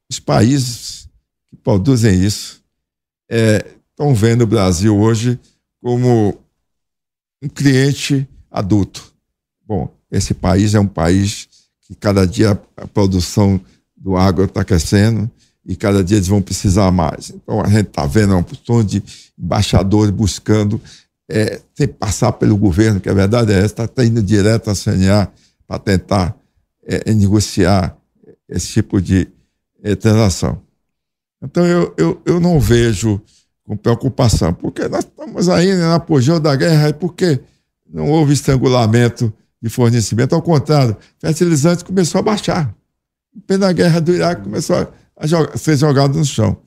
os países que produzem isso estão vendo o Brasil hoje como um cliente adulto. Bom, esse país é um país que cada dia a produção do agro está crescendo e cada dia eles vão precisar mais. Então a gente está vendo uma porção de embaixadores buscando, sem passar pelo governo, que a verdade é essa, está indo direto à CNA para tentar negociar esse tipo de transação. Então eu não vejo com preocupação, porque nós estamos aí no apogeu da guerra, e porque não houve estrangulamento de fornecimento, ao contrário, fertilizante começou a baixar. Pela guerra do Iraque começou a ser jogado no chão.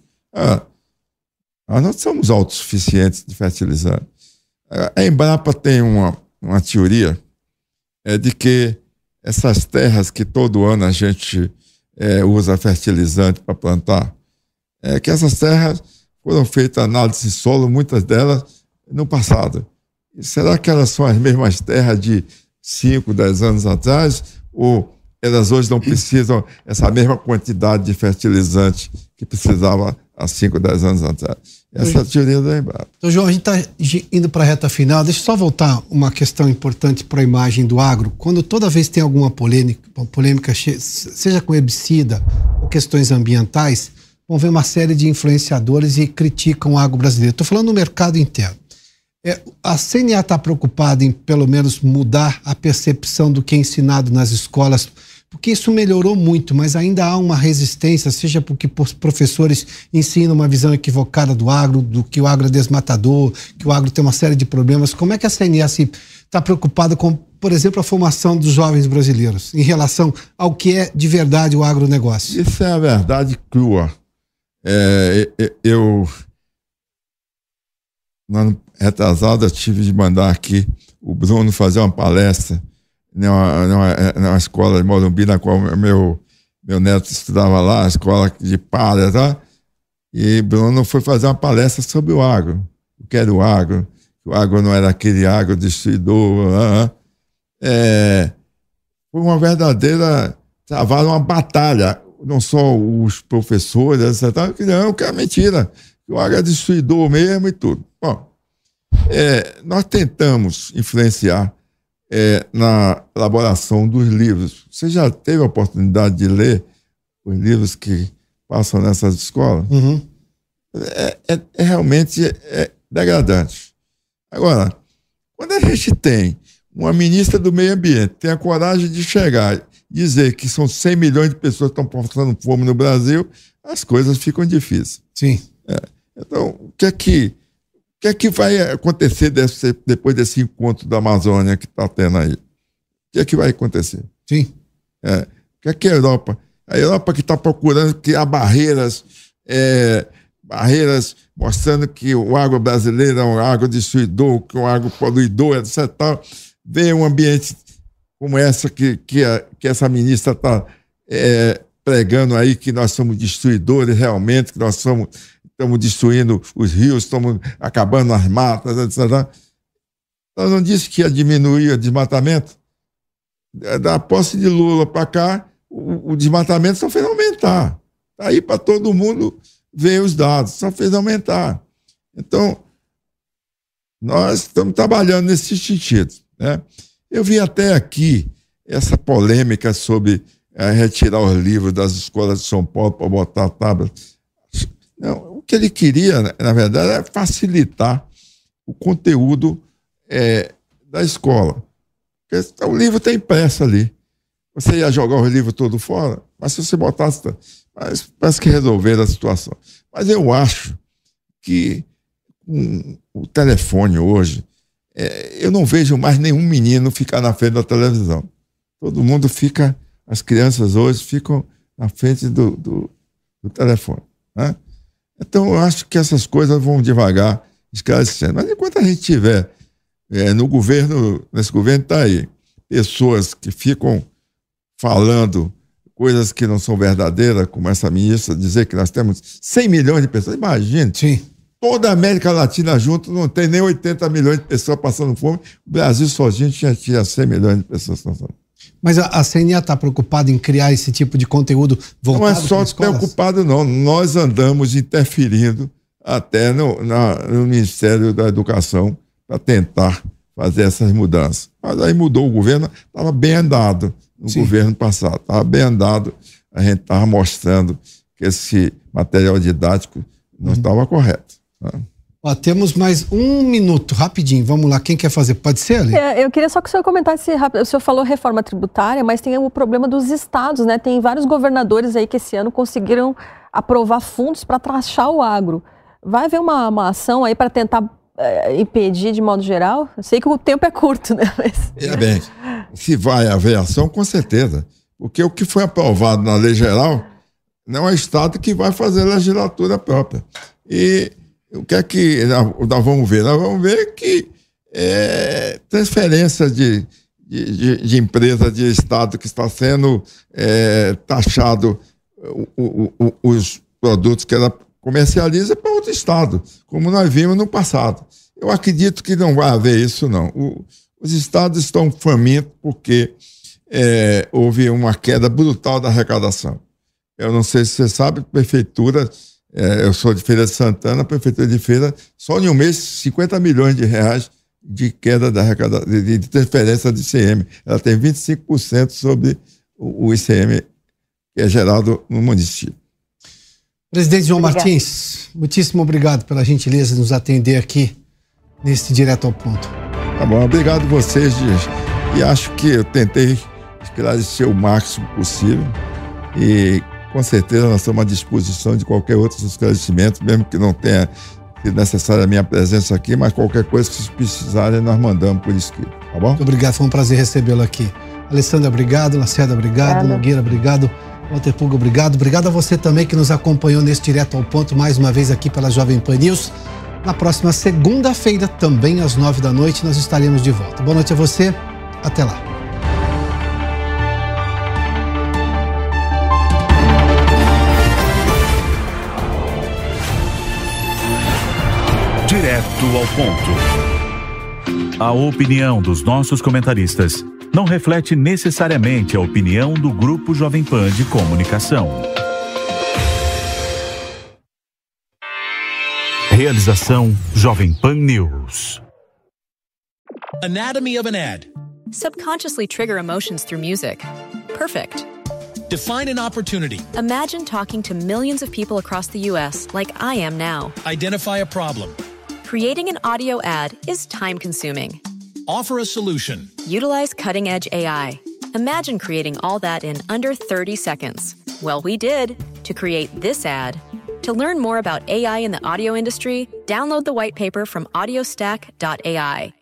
Nós não somos autossuficientes de fertilizante. A Embrapa tem uma teoria de que essas terras que todo ano a gente usa fertilizante para plantar, que essas terras foram feitas análise de solo, muitas delas no passado. E será que elas são as mesmas terras de 5, 10 anos atrás? Ou elas hoje não precisam essa mesma quantidade de fertilizante que precisava há 5, 10 anos atrás? Essa é a teoria da Embrapa. Então, João, a gente está indo para a reta final. Deixa eu só voltar uma questão importante para a imagem do agro. Quando toda vez tem alguma polêmica, seja com herbicida ou questões ambientais, vão ver uma série de influenciadores e criticam o agro brasileiro. Estou falando no mercado interno. A CNA está preocupada em, pelo menos, mudar a percepção do que é ensinado nas escolas, porque isso melhorou muito, mas ainda há uma resistência, seja porque os professores ensinam uma visão equivocada do agro, do que o agro é desmatador, que o agro tem uma série de problemas. Como é que a CNA está preocupada com, por exemplo, a formação dos jovens brasileiros em relação ao que é de verdade o agronegócio? Isso é a verdade crua. No ano retrasado, eu tive de mandar aqui o Bruno fazer uma palestra numa escola de Morumbi, na qual meu neto estudava lá, a escola de Palha, tá? E Bruno foi fazer uma palestra sobre o agro, o que era o agro não era aquele agro destruidor. Foi uma verdadeira, travaram uma batalha, não só os professores, etc., que não, que é mentira, que o agro é destruidor mesmo e tudo. Bom, nós tentamos influenciar na elaboração dos livros. Você já teve a oportunidade de ler os livros que passam nessas escolas? Uhum. Realmente degradante. Agora, quando a gente tem uma ministra do meio ambiente, tem a coragem de chegar e dizer que são 100 milhões de pessoas que estão passando fome no Brasil, as coisas ficam difíceis. Sim. Então, o que é que vai acontecer depois desse encontro da Amazônia que está tendo aí? O que é que vai acontecer? Sim. O que é que a Europa? A Europa que está procurando criar barreiras mostrando que o agro brasileiro é um agro destruidor, que é um agro poluidor, etc. Vê um ambiente como essa que essa ministra está pregando aí, que nós somos destruidores realmente, que nós estamos destruindo os rios, estamos acabando as matas, etc. Ela não disse que ia diminuir o desmatamento? Da posse de Lula para cá, o desmatamento só fez aumentar. Está aí para todo mundo ver os dados, só fez aumentar. Então, nós estamos trabalhando nesse sentido, né? Eu vi até aqui essa polêmica sobre retirar os livros das escolas de São Paulo para botar tablet. Não, o que ele queria, na verdade, é facilitar o conteúdo da escola. Porque o livro tem impresso ali. Você ia jogar o livro todo fora, mas se você botasse... Mas parece que resolveram a situação. Mas eu acho que com o telefone hoje, eu não vejo mais nenhum menino ficar na frente da televisão. Todo mundo fica... As crianças hoje ficam na frente do telefone, né? Então, eu acho que essas coisas vão devagar esclarecendo. Mas enquanto a gente tiver no governo, nesse governo está aí, pessoas que ficam falando coisas que não são verdadeiras, como essa ministra dizer que nós temos 100 milhões de pessoas. Imagine, sim, toda a América Latina junto não tem nem 80 milhões de pessoas passando fome. O Brasil sozinho tinha 100 milhões de pessoas passando. Mas a CNE está preocupada em criar esse tipo de conteúdo voltado para escolas? Não é só preocupado, não. Nós andamos interferindo até no Ministério da Educação para tentar fazer essas mudanças. Mas aí mudou o governo, estava bem andado no governo passado. Estava bem andado, a gente estava mostrando que esse material didático não estava correto. Tá? Ó, temos mais 1 minuto, rapidinho. Vamos lá, quem quer fazer? Pode ser, Ali? Eu queria só que o senhor comentasse rápido. O senhor falou reforma tributária, mas tem o problema dos estados, né? Tem vários governadores aí que esse ano conseguiram aprovar fundos para taxar o agro. Vai haver uma ação aí para tentar impedir de modo geral? Eu sei que o tempo é curto, né? Mas... bem, se vai haver ação, com certeza. Porque o que foi aprovado na lei geral não é o Estado que vai fazer a legislatura própria. E o que é que nós vamos ver? Nós vamos ver que transferência de empresa de Estado que está sendo taxado os produtos que ela comercializa para outro Estado, como nós vimos no passado. Eu acredito que não vai haver isso, não. Os Estados estão famintos porque houve uma queda brutal da arrecadação. Eu não sei se você sabe, prefeitura, eu sou de Feira de Santana, a prefeitura de Feira, só em um mês, 50 milhões de reais de queda da arrecadação, de transferência de ICM. Ela tem 25% sobre o ICM que é gerado no município. Presidente João Martins, muitíssimo obrigado pela gentileza de nos atender aqui nesse Direto ao Ponto. Tá bom, obrigado a vocês, e acho que eu tentei esclarecer o máximo possível e com certeza nós estamos à disposição de qualquer outro esclarecimento, mesmo que não tenha sido necessária a minha presença aqui, mas qualquer coisa que vocês precisarem nós mandamos por escrito, tá bom? Muito obrigado, foi um prazer recebê-lo aqui. Alessandra, obrigado. Lacerda, obrigado. Nogueira, obrigado. Walter Puga, obrigado. Obrigado a você também que nos acompanhou nesse Direto ao Ponto, mais uma vez aqui pela Jovem Pan News. Na próxima segunda-feira, também às 9 da noite, nós estaremos de volta. Boa noite a você, até lá. Direto ao ponto. A opinião dos nossos comentaristas não reflete necessariamente a opinião do Grupo Jovem Pan de Comunicação. Realização Jovem Pan News. Anatomy of an ad. Subconsciously trigger emotions through music. Perfect. Define an opportunity. Imagine talking to millions of people across the U.S. like I am now. Identify a problem. Creating an audio ad is time-consuming. Offer a solution. Utilize cutting-edge AI. Imagine creating all that in under 30 seconds. Well, we did to create this ad. To learn more about AI in the audio industry, download the white paper from audiostack.ai.